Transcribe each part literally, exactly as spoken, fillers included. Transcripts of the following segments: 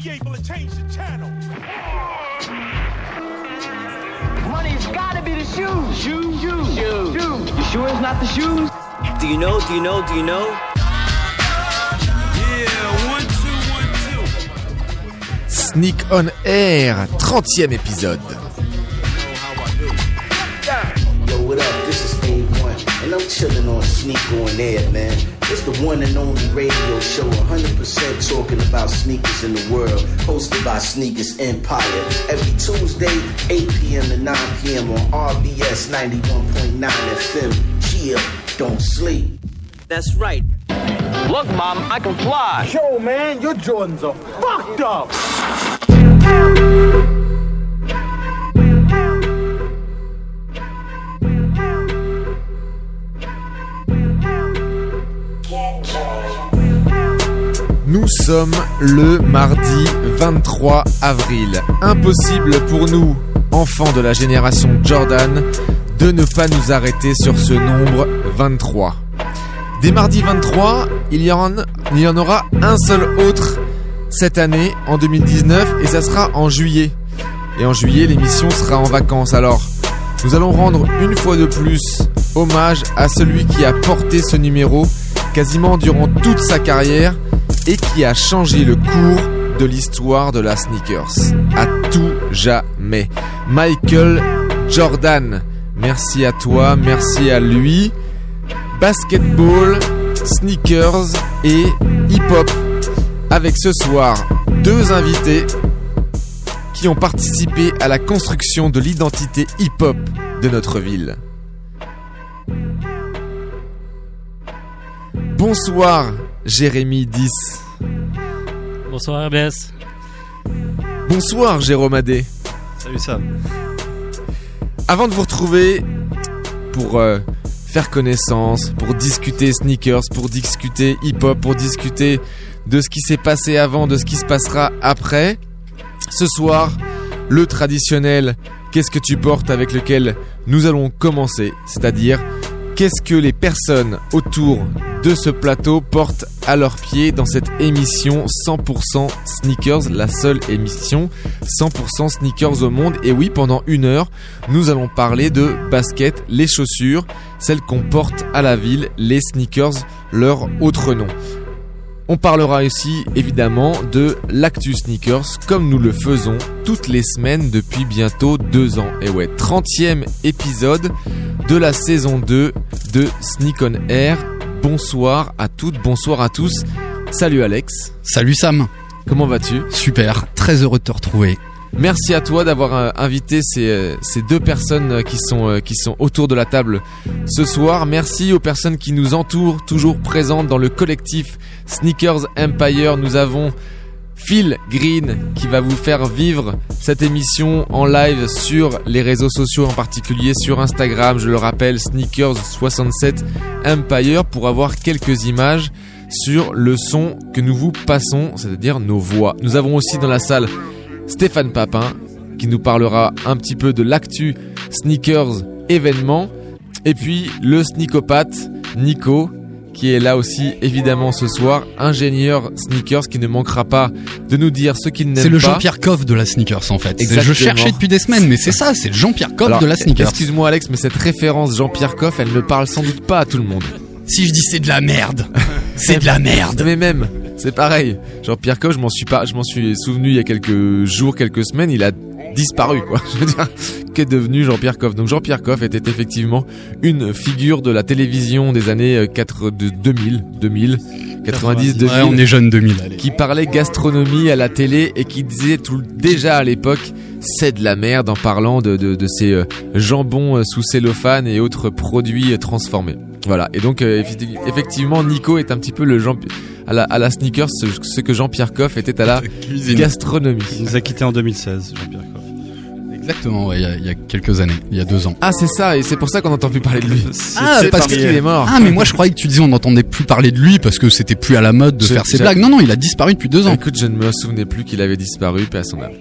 be able to change the channel. Money's gotta be the shoes. Shoes, shoes, shoes. Shoes. You sure it's not the shoes? Do you know, do you know, do you know? Yeah, one, two, one, two. Sneak on Air, trentième épisode. Yo, what up? This is A one, and I'm chilling on Sneak on Air, man. It's the one and only radio show, one hundred percent talking about sneakers in the world, hosted by Sneakers Empire. Every Tuesday, eight p.m. to nine p.m. on R B S ninety-one point nine F M. Chill, don't sleep. That's right. Look, Mom, I can fly. Yo, man, your Jordans are fucked up. Nous sommes le mardi vingt-trois avril. Impossible pour nous, enfants de la génération Jordan, de ne pas nous arrêter sur ce nombre vingt-trois. Dès mardi vingt-trois, il y en, il y en aura un seul autre cette année, en deux mille dix-neuf, et ça sera en juillet. Et en juillet, l'émission sera en vacances. Alors, nous allons rendre une fois de plus hommage à celui qui a porté ce numéro quasiment durant toute sa carrière et qui a changé le cours de l'histoire de la sneakers. À tout jamais. Michael Jordan. Merci à toi, merci à lui. Basketball, sneakers et hip-hop. Avec ce soir, deux invités qui ont participé à la construction de l'identité hip-hop de notre ville. Bonsoir, Jérémy dix. Bonsoir R B S. Bonsoir, Jérôme Adé. Salut Sam. Avant de vous retrouver pour euh, faire connaissance, pour discuter sneakers, pour discuter hip-hop, pour discuter de ce qui s'est passé avant, de ce qui se passera après, ce soir, le traditionnel « Qu'est-ce que tu portes ?» avec lequel nous allons commencer, c'est-à-dire qu'est-ce que les personnes autour de ce plateau portent à leurs pieds dans cette émission cent pour cent sneakers, la seule émission cent pour cent sneakers au monde. Et oui, pendant une heure, nous allons parler de basket, les chaussures, celles qu'on porte à la ville, les sneakers, leur autre nom. On parlera aussi évidemment de l'actu sneakers comme nous le faisons toutes les semaines depuis bientôt deux ans. Et ouais, trentième épisode de la saison deux de Sneak on Air. Bonsoir à toutes, bonsoir à tous. Salut Alex. Salut Sam. Comment vas-tu ? Super, très heureux de te retrouver. Merci à toi d'avoir euh, invité ces, euh, ces deux personnes euh, qui sont, euh, qui sont autour de la table ce soir. Merci aux personnes qui nous entourent, toujours présentes dans le collectif Sneakers Empire. Nous avons Phil Green qui va vous faire vivre cette émission en live sur les réseaux sociaux, en particulier sur Instagram. Je le rappelle, Sneakers soixante-sept Empire, pour avoir quelques images sur le son que nous vous passons, c'est-à-dire nos voix. Nous avons aussi dans la salle Stéphane Papin qui nous parlera un petit peu de l'actu sneakers événement, et puis le sneakopathe Nico qui est là aussi évidemment ce soir, ingénieur sneakers qui ne manquera pas de nous dire ce qu'il n'aime pas. C'est le Jean-Pierre Coff de la sneakers en fait. Exactement. Je cherchais depuis des semaines, mais c'est ça, c'est le Jean-Pierre Coff Alors, de la sneakers. Excuse-moi Alex, mais cette référence Jean-Pierre Coff, elle ne parle sans doute pas à tout le monde. Si je dis c'est de la merde, c'est de la merde. Mais même, c'est pareil. Jean-Pierre Coff, je m'en suis pas, je m'en suis souvenu il y a quelques jours, quelques semaines, il a disparu quoi. Je veux dire, qu'est devenu Jean-Pierre Coff ? Donc Jean-Pierre Coff était effectivement une figure de la télévision des années quatre, de deux mille, deux mille, quatre-vingt-dix, deux mille. Ouais, on est jeunes deux mille. Allez. Qui parlait gastronomie à la télé et qui disait tout, déjà à l'époque, c'est de la merde en parlant de, de, de ces euh, jambons sous cellophane et autres produits euh, transformés. Voilà. Et donc euh, effectivement, Nico est un petit peu le Jean à la, à la sneakers, ce, ce que Jean-Pierre Coff était à la Cuisine. Gastronomie. Il nous a quittés en deux mille seize, Jean-Pierre Coff. Exactement, ouais, il y, a, il y a quelques années, il y a deux ans. Ah, c'est ça, et c'est pour ça qu'on n'entend plus parler de lui. C'est, ah, c'est parce qu'il est mort. Ah, mais moi je croyais que tu disais on n'entendait plus parler de lui parce que c'était plus à la mode de je, faire ses blagues. Non, non, il a disparu depuis deux ans. Écoute, je ne me souvenais plus qu'il avait disparu, paix à son âme.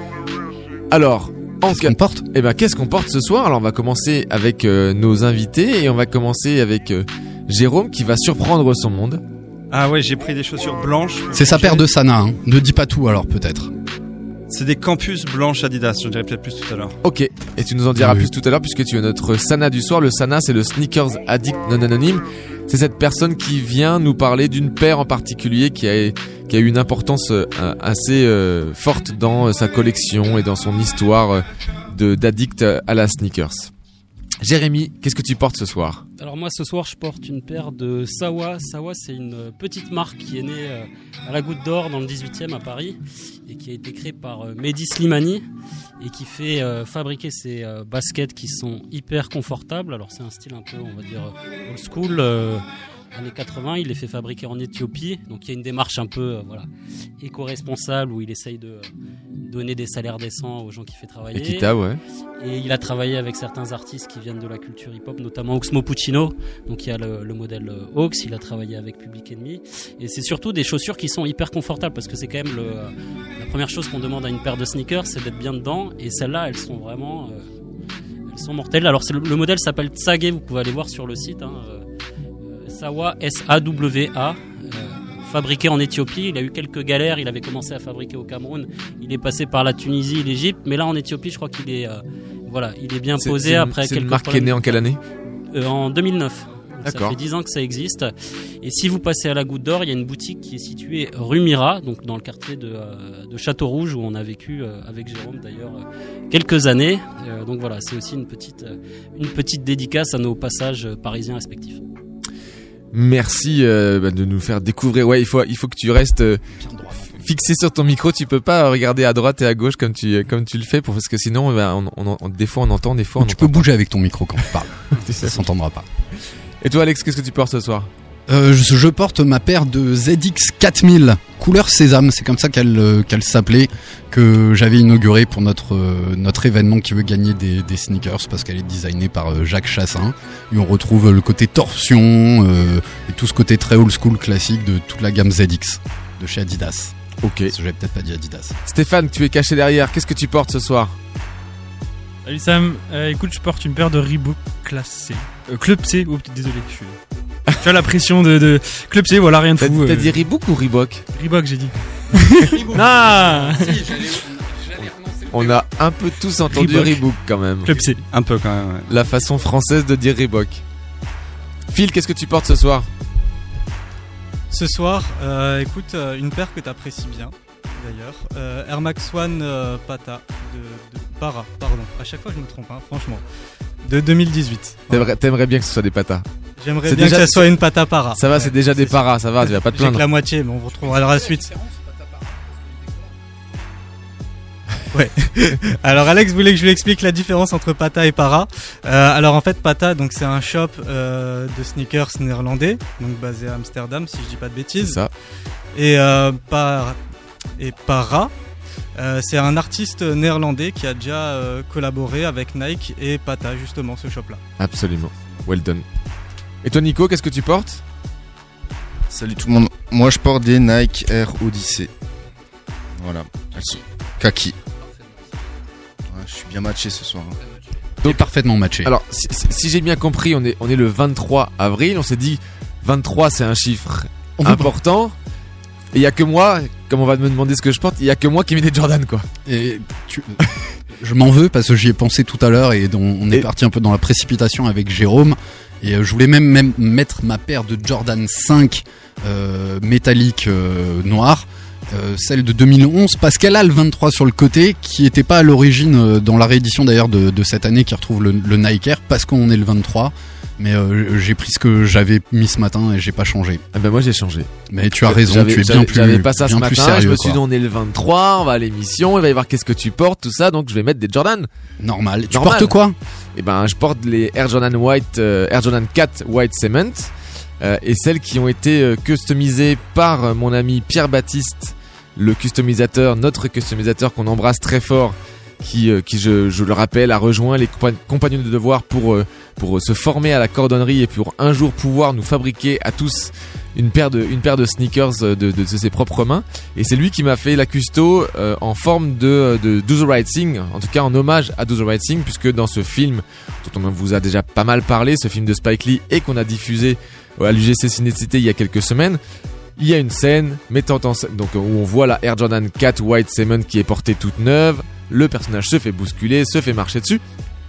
Alors, en qu'est-ce qu'on porte ? Eh ben, qu'est-ce qu'on porte ce soir ? Alors, on va commencer avec euh, nos invités et on va commencer avec euh, Jérôme qui va surprendre son monde. Ah ouais, j'ai pris des chaussures blanches. C'est sa paire de Sana, hein. Ne dis pas tout alors peut-être. C'est des campus blanches Adidas, j'en dirai peut-être plus tout à l'heure. Ok, et tu nous en diras Oui. plus tout à l'heure puisque tu es notre Sana du soir. Le Sana, c'est le Sneakers Addict non anonyme. C'est cette personne qui vient nous parler d'une paire en particulier qui a, qui a eu une importance euh, assez euh, forte dans euh, sa collection et dans son histoire euh, de, d'addict à la sneakers. Jérémy, qu'est-ce que tu portes ce soir ? Alors moi ce soir je porte une paire de Sawa. Sawa c'est une petite marque qui est née euh, à la Goutte d'Or dans le dix-huitième à Paris et qui a été créée par euh, Mehdi Slimani et qui fait euh, fabriquer ces euh, baskets qui sont hyper confortables. Alors c'est un style un peu on va dire old school, euh, années quatre-vingts, il les fait fabriquer en Éthiopie, donc il y a une démarche un peu euh, voilà, éco-responsable où il essaye de euh, donner des salaires décents aux gens qu'il fait travailler. Équitable, ouais. Et il a travaillé avec certains artistes qui viennent de la culture hip-hop, notamment Oxmo Puccino, donc il y a le, le modèle Ox, il a travaillé avec Public Enemy, et c'est surtout des chaussures qui sont hyper confortables, parce que c'est quand même le, la première chose qu'on demande à une paire de sneakers, c'est d'être bien dedans, et celles-là, elles sont vraiment, euh, elles sont mortelles. Alors c'est le, le modèle s'appelle Tsage, vous pouvez aller voir sur le site, hein, euh, Sawa, S A W A, euh, fabriqué en Éthiopie. Il a eu quelques galères, il avait commencé à fabriquer au Cameroun, il est passé par la Tunisie, l'Égypte, mais là en Éthiopie je crois qu'il est, euh, voilà, il est bien C'est, posé c'est une, après c'est quelques une marque qui est problèmes. née en quelle année ? euh, En deux mille neuf. Donc D'accord. ça fait dix ans que ça existe. Et si vous passez à la Goutte d'Or, il y a une boutique qui est située rue Mira, donc dans le quartier de, euh, de Château-Rouge, où on a vécu euh, avec Jérôme d'ailleurs euh, quelques années. Euh, donc voilà, c'est aussi une petite, euh, une petite dédicace à nos passages euh, parisiens respectifs. Merci euh, bah, de nous faire découvrir. Ouais, il faut, il faut que tu restes euh, fixé sur ton micro. Tu peux pas regarder à droite et à gauche comme tu, comme tu le fais, pour, parce que sinon, bah, on, on, on, des fois on entend, des fois on Tu entend peux bouger avec ton micro quand tu parles. Ça s'entendra pas. Et toi, Alex, qu'est-ce que tu portes ce soir ? Euh, je, je porte ma paire de Z X quatre mille couleur sésame, c'est comme ça qu'elle euh, qu'elle s'appelait, que j'avais inaugurée pour notre euh, notre événement qui veut gagner des, des sneakers, parce qu'elle est designée par euh, Jacques Chassin, et on retrouve le côté torsion euh, et tout ce côté très old school classique de toute la gamme Z X de chez Adidas. Ok. Parce que j'avais peut-être pas dit Adidas. Stéphane, tu es caché derrière. Qu'est-ce que tu portes ce soir ? Salut Sam, euh, écoute, je porte une paire de Reebok classe C. Euh, Club C, oh désolé, je suis... Tu as la pression de, de Club C, voilà, rien de T'as, fou. t'as euh... dit Reebok ou Reebok ? Reebok, j'ai dit. Non. On a un peu tous entendu Reebok. Reebok quand même. Club C. Un peu quand même, ouais. La façon française de dire Reebok. Phil, qu'est-ce que tu portes ce soir ? Ce soir, euh, écoute, euh, une paire que tu apprécies bien, d'ailleurs. Euh, Air Max One euh, Pata, de, de Para, pardon. À chaque fois, je me trompe, hein, franchement. De deux mille dix-huit. T'aimerais, t'aimerais bien que ce soit des patas. J'aimerais C'est bien déjà- que ça soit une Pata Para. Ça va, Ouais, c'est déjà des c'est paras, ça va, tu vas pas te J'ai que plaindre. la moitié, mais on vous retrouvera dans la suite. Ouais. Alors Alex voulait que je lui explique la différence entre Pata et Para. Euh, alors en fait Pata, donc c'est un shop euh, de sneakers néerlandais, donc basé à Amsterdam si je dis pas de C'est bêtises. ça. Et euh, par et Para, euh, c'est un artiste néerlandais qui a déjà euh, collaboré avec Nike et Pata, justement ce shop là. Absolument. Well done. Et toi, Nico, qu'est-ce que tu portes ? Salut tout le monde, moi je porte des Nike Air Odyssey. Voilà, elles sont kaki. Ouais, je suis bien matché ce soir. Donc parfaitement matché. Alors, si, si- si j'ai bien compris, on est, on est le vingt-trois avril. On s'est dit, vingt-trois, c'est un chiffre On peut important. Et il y a que moi, comme on va me demander ce que je porte, il y a que moi qui mets des Jordan, quoi. Et tu... je m'en veux parce que j'y ai pensé tout à l'heure et on, on est Et- parti un peu dans la précipitation avec Jérôme. Et euh, je voulais même, même mettre ma paire de Jordan cinq euh, métallique euh, noire, euh, celle de deux mille onze, parce qu'elle a le vingt-trois sur le côté, qui était pas à l'origine euh, dans la réédition d'ailleurs de, de cette année qui retrouve le, le Nike Air, parce qu'on est le vingt-trois. Mais euh, j'ai pris ce que j'avais mis ce matin et j'ai pas changé. Ah ben moi, j'ai changé. Mais tu as raison, J'avais- tu es bien j'avais- plus, J'avais pas ça ce bien plus matin. sérieux. Je me quoi. suis dit, on est le vingt-trois, on va à l'émission, il va y avoir qu'est-ce que tu portes, tout ça. Donc, je vais mettre des Jordan. Normal. Tu Normal. portes quoi? Et ben, je porte les Air Jordan White, euh, Air Jordan quatre White Cement, euh, et celles qui ont été euh, customisées par euh, mon ami Pierre Baptiste, le customisateur, notre customisateur qu'on embrasse très fort, qui, euh, qui je, je le rappelle, a rejoint les compa- compagnons de devoir pour, euh, pour se former à la cordonnerie et pour un jour pouvoir nous fabriquer à tous une paire de, une paire de sneakers de, de, de ses propres mains. Et c'est lui qui m'a fait la custo euh, en forme de, de Do the Right Thing, en tout cas en hommage à Do the Right Thing, puisque dans ce film dont on vous a déjà pas mal parlé, ce film de Spike Lee et qu'on a diffusé à l'U G C Cinécité il y a quelques semaines, il y a une scène mettant en scène, donc où on voit la Air Jordan quatre White Cement qui est portée toute neuve. Le personnage se fait bousculer, se fait marcher dessus.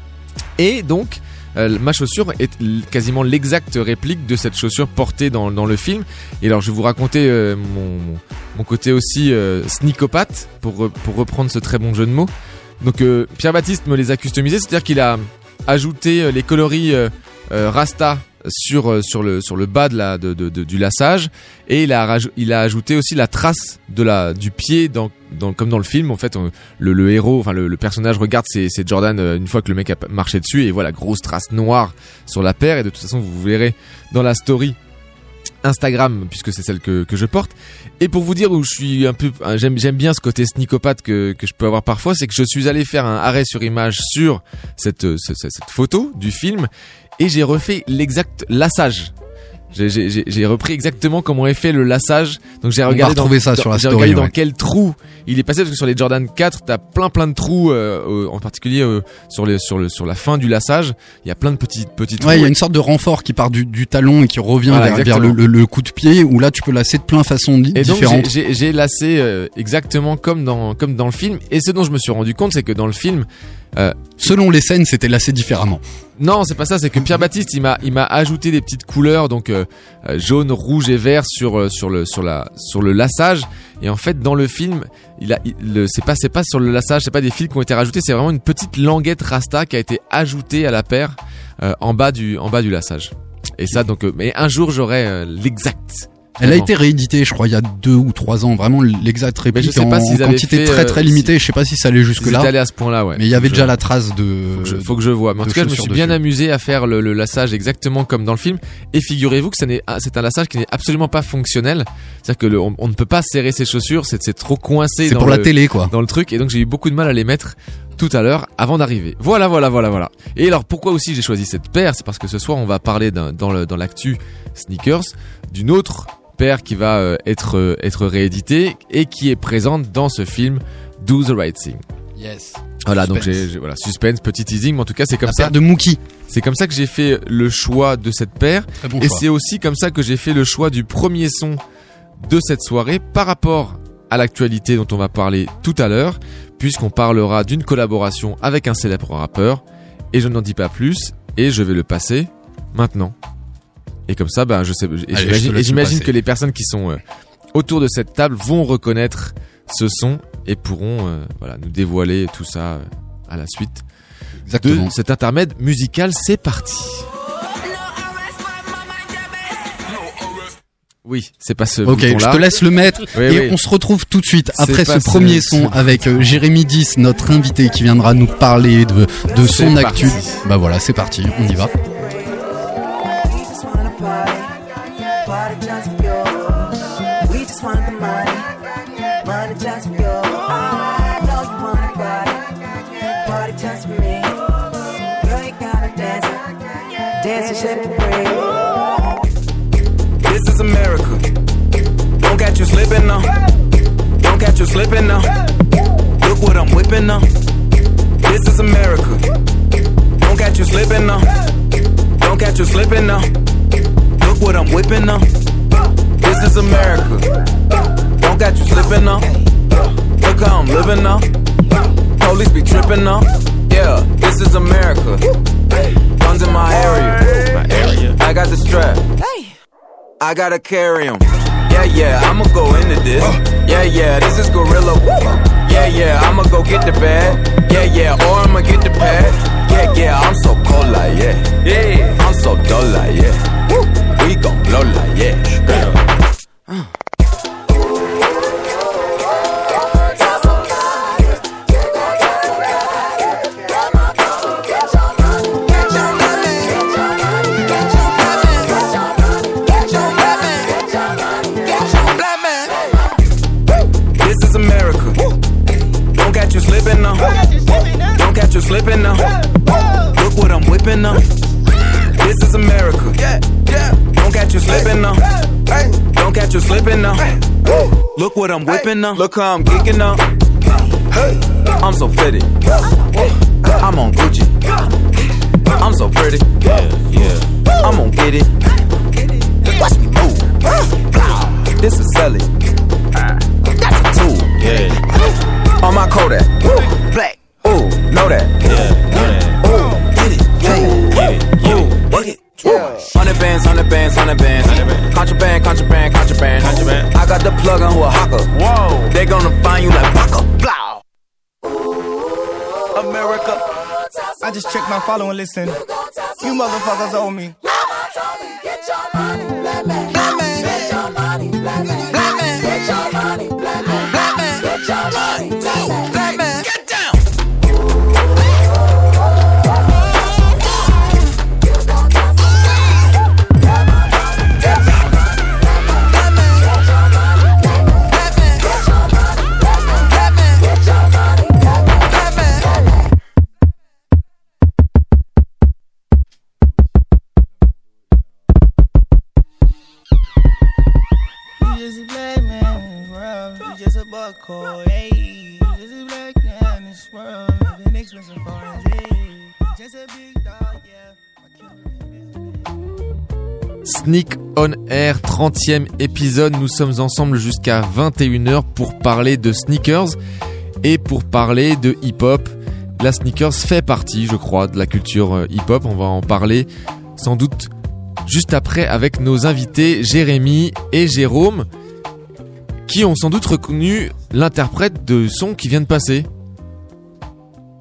Et donc, euh, ma chaussure est l- quasiment l'exacte réplique de cette chaussure portée dans, dans le film. Et alors, je vais vous raconter euh, mon, mon côté aussi euh, sneakopathe, pour, pour reprendre ce très bon jeu de mots. Donc, euh, Pierre-Baptiste me les a customisés, c'est-à-dire qu'il a ajouté euh, les coloris euh, euh, Rasta sur euh, sur le sur le bas de la de, de, de du lassage, et il a raj- il a ajouté aussi la trace de la du pied dans dans comme dans le film. En fait, on, le le héros, enfin le, le personnage regarde ses ses Jordan euh, une fois que le mec a marché dessus, et voilà, grosse trace noire sur la paire. Et de toute façon, vous verrez dans la story Instagram, puisque c'est celle que que je porte. Et pour vous dire où je suis un peu, j'aime j'aime bien ce côté sneakopathe que que je peux avoir parfois, c'est que je suis allé faire un arrêt sur image sur cette cette, cette photo du film, et j'ai refait l'exact lassage. J'ai, j'ai, j'ai repris exactement comment est fait le lassage. Donc j'ai regardé, dans, ça dans, sur la j'ai story, regardé ouais. dans quel trou il est passé, parce que sur les Jordan quatre, t'as plein plein de trous, euh, euh, en particulier euh, sur les sur le sur la fin du lassage, il y a plein de petits petits trous. Ouais, il y a une sorte de renfort qui part du, du talon et qui revient Voilà, vers, vers le, le, le coup de pied, où là tu peux lasser de plein de façons di- Et donc différentes. j'ai, j'ai, j'ai lacé euh, exactement comme dans comme dans le film. Et ce dont je me suis rendu compte, c'est que dans le film, euh, selon les scènes, c'était lacé différemment. Non, c'est pas ça, c'est que Pierre-Baptiste, il m'a il m'a ajouté des petites couleurs, donc euh, euh, jaune, rouge et vert sur euh, sur le sur la sur le lassage. Et en fait, dans le film, il a il, le c'est pas c'est pas sur le lassage, c'est pas des fils qui ont été rajoutés, c'est vraiment une petite languette rasta qui a été ajoutée à la paire euh, en bas du en bas du lassage. Et ça, donc, euh, mais un jour j'aurai euh, l'exact. Elle a été rééditée, je crois, il y a deux ou trois ans. Vraiment, l'exact réplique je sais en, pas s'ils en avaient quantité fait, très très euh, limitée. Je sais pas si ça allait jusque Ils là. étaient allés à ce point-là, ouais. Mais il y avait Faut déjà je- la trace de. Faut que je, faut que je vois. Mais en de tout cas, je me chaussures suis bien dessus. amusé à faire le, le lassage exactement comme dans le film. Et figurez-vous que ça n'est, c'est un lassage qui n'est absolument pas fonctionnel. C'est-à-dire que le- on, on ne peut pas serrer ses chaussures. C'est, c'est trop coincé. C'est dans pour le, la télé, quoi. Dans le truc. Et donc j'ai eu beaucoup de mal à les mettre tout à l'heure avant d'arriver. Voilà, voilà, voilà, voilà. Et alors pourquoi aussi j'ai choisi cette paire? C'est parce que ce soir on va parler d'un, dans le, dans l'actu sneakers d'une autre paire qui va euh, être euh, être rééditée et qui est présente dans ce film Do the Right Thing. Yes. Voilà, donc Suspense. j'ai, j'ai- voilà, suspense, petit teasing, mais en tout cas c'est comme La ça. paire de Mookie. C'est comme ça que j'ai fait le choix de cette paire. Très bon Et choix. c'est aussi comme ça que j'ai fait le choix du premier son de cette soirée par rapport à l'actualité dont on va parler tout à l'heure, puisqu'on parlera d'une collaboration avec un célèbre rappeur. Et je n'en dis pas plus, et je vais le passer maintenant. Et comme ça, ben, je sais, et Allez, je te j'imagine, laisse et j'imagine le passer. que les personnes qui sont euh, autour de cette table vont reconnaître ce son et pourront euh, voilà, nous dévoiler tout ça euh, à la suite Exactement. de cet intermède musical. C'est parti. Oui, c'est pas ce Ok, je bouton-là. te laisse le mettre Oui, et oui. on se retrouve tout de suite C'est après ce pas ce- premier ce- son avec euh, Jérémy dix, notre invité qui viendra nous parler de, de C'est son parti. actu. Bah voilà, c'est parti, on y va. We just want the money, money just for you. I know you wanna party, party just for me. Girl, you gotta dance, dance and shake for free. This is America. Don't catch you slipping now. Don't catch you slipping now. Look what I'm whipping now. This is America. Don't catch you slipping now. Don't catch you slipping now. Look what I'm whipping now. This is America. Don't catch you slipping now. Look how I'm living now. Police be tripping now. Yeah, this is America. Guns in my area. My area. I got the strap. I gotta carry 'em. Yeah, yeah, I'ma go into this. Yeah, yeah, this is Gorilla. Yeah, yeah, I'ma go get the bag. Yeah, yeah, or I'ma get the pad. Yeah, yeah, I'm so cold like yeah. Yeah, I'm so dull like yeah. We gon' blow like yeah. Uh. This is America. Don't catch you slipping now. Don't catch you slipping now. Look what I'm whipping now. This is America. Don't catch you slipping now. Don't catch you slipping now. Look what I'm whipping now. Look how I'm geeking now. I'm so fitted. I'm on Gucci. I'm so pretty. Yeah, yeah. I'm gonna get it. Watch me move. this is Sally. That's a tool. Yeah. On my Kodak. Woo. Black. Ooh, know that. Yeah, know that. Ooh, get it. Hey, get it. Ooh, get it. Hundred bands, hundred bands, hundred bands. Contraband, contraband, contraband. Contraband. I got the plug on who a hawker. Whoa. They gonna find you like Baka. Blow. America. I just checked my follow and listen. You motherfuckers owe me. Get your money, black man. Black man. Get your money, black man. Black man. Get your money, black man. Black man. Get your money, black man. Black man. Get down. Sneak on Air, trentième épisode. Nous sommes ensemble jusqu'à vingt et une heures pour parler de sneakers et pour parler de hip-hop. La sneakers fait partie, je crois, de la culture hip-hop. On va en parler sans doute juste après avec nos invités Jérémy et Jérôme, qui ont sans doute reconnu l'interprète de son qui vient de passer. Jérémy ?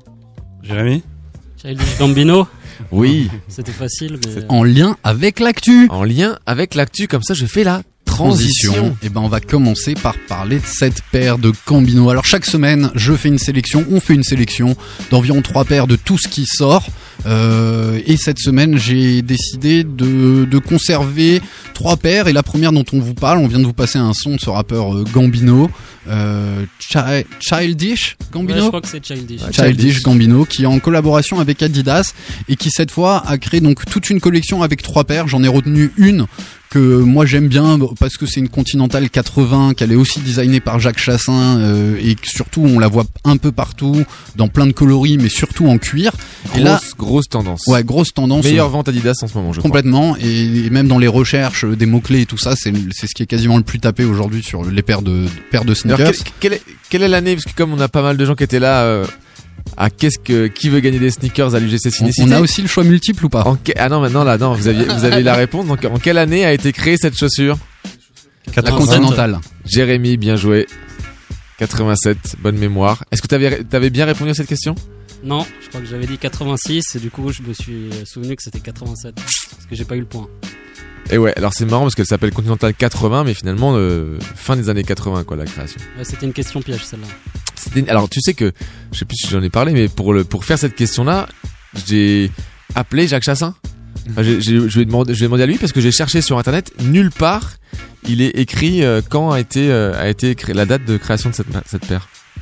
Childish Gambino. Oui. C'était facile, mais... En lien avec l'actu. En lien avec l'actu, comme ça je fais la transition. transition. Et ben on va commencer par parler de cette paire de Gambino. Alors chaque semaine, je fais une sélection, on fait une sélection d'environ trois paires de tout ce qui sort. Euh, et cette semaine, j'ai décidé de, de conserver trois paires. Et la première dont on vous parle, on vient de vous passer un son de ce rappeur euh, Gambino. Euh, Chi- Childish Gambino, ouais, je crois que c'est Childish. Childish. Childish Gambino, qui est en collaboration avec Adidas et qui cette fois a créé donc toute une collection avec trois paires. J'en ai retenu une que moi j'aime bien parce que c'est une Continental quatre-vingts, qu'elle est aussi designée par Jacques Chassin euh, et que surtout on la voit un peu partout dans plein de coloris, mais surtout en cuir. Grosse, et là, grosse tendance. Ouais, grosse tendance. Meilleure vente Adidas en ce moment, je complètement, crois. Et, et même dans les recherches des mots clés et tout ça, c'est c'est ce qui est quasiment le plus tapé aujourd'hui sur les paires de paires de sneakers. Alors, quelle, quelle, est, quelle est l'année, parce que comme on a pas mal de gens qui étaient là. Euh... Ah, qu'est-ce que qui veut gagner des sneakers à l'U G C Cinécité ? On a aussi le choix multiple ou pas ? En que... Ah non, maintenant là, non, vous aviez, vous avez la réponse. Donc, en quelle année a été créée cette chaussure ? La Continental. Jérémy, bien joué. quatre-vingt-sept, bonne mémoire. Est-ce que t'avais, t'avais bien répondu à cette question ? Non, je crois que j'avais dit quatre-vingt-six et du coup je me suis souvenu que c'était quatre-vingt-sept parce que j'ai pas eu le point. Et ouais, alors c'est marrant parce qu'elle s'appelle Continental quatre-vingts, mais finalement euh, fin des années quatre-vingts quoi, la création. Ouais, c'était une question piège celle-là. C'était une... Alors tu sais que, je sais plus si j'en ai parlé, mais pour le pour faire cette question-là, j'ai appelé Jacques Chassin. Enfin, j'ai, j'ai, je lui ai demandé, je lui ai demandé à lui parce que j'ai cherché sur internet, nulle part il est écrit euh, quand a été euh, a été créé, la date de création de cette cette paire.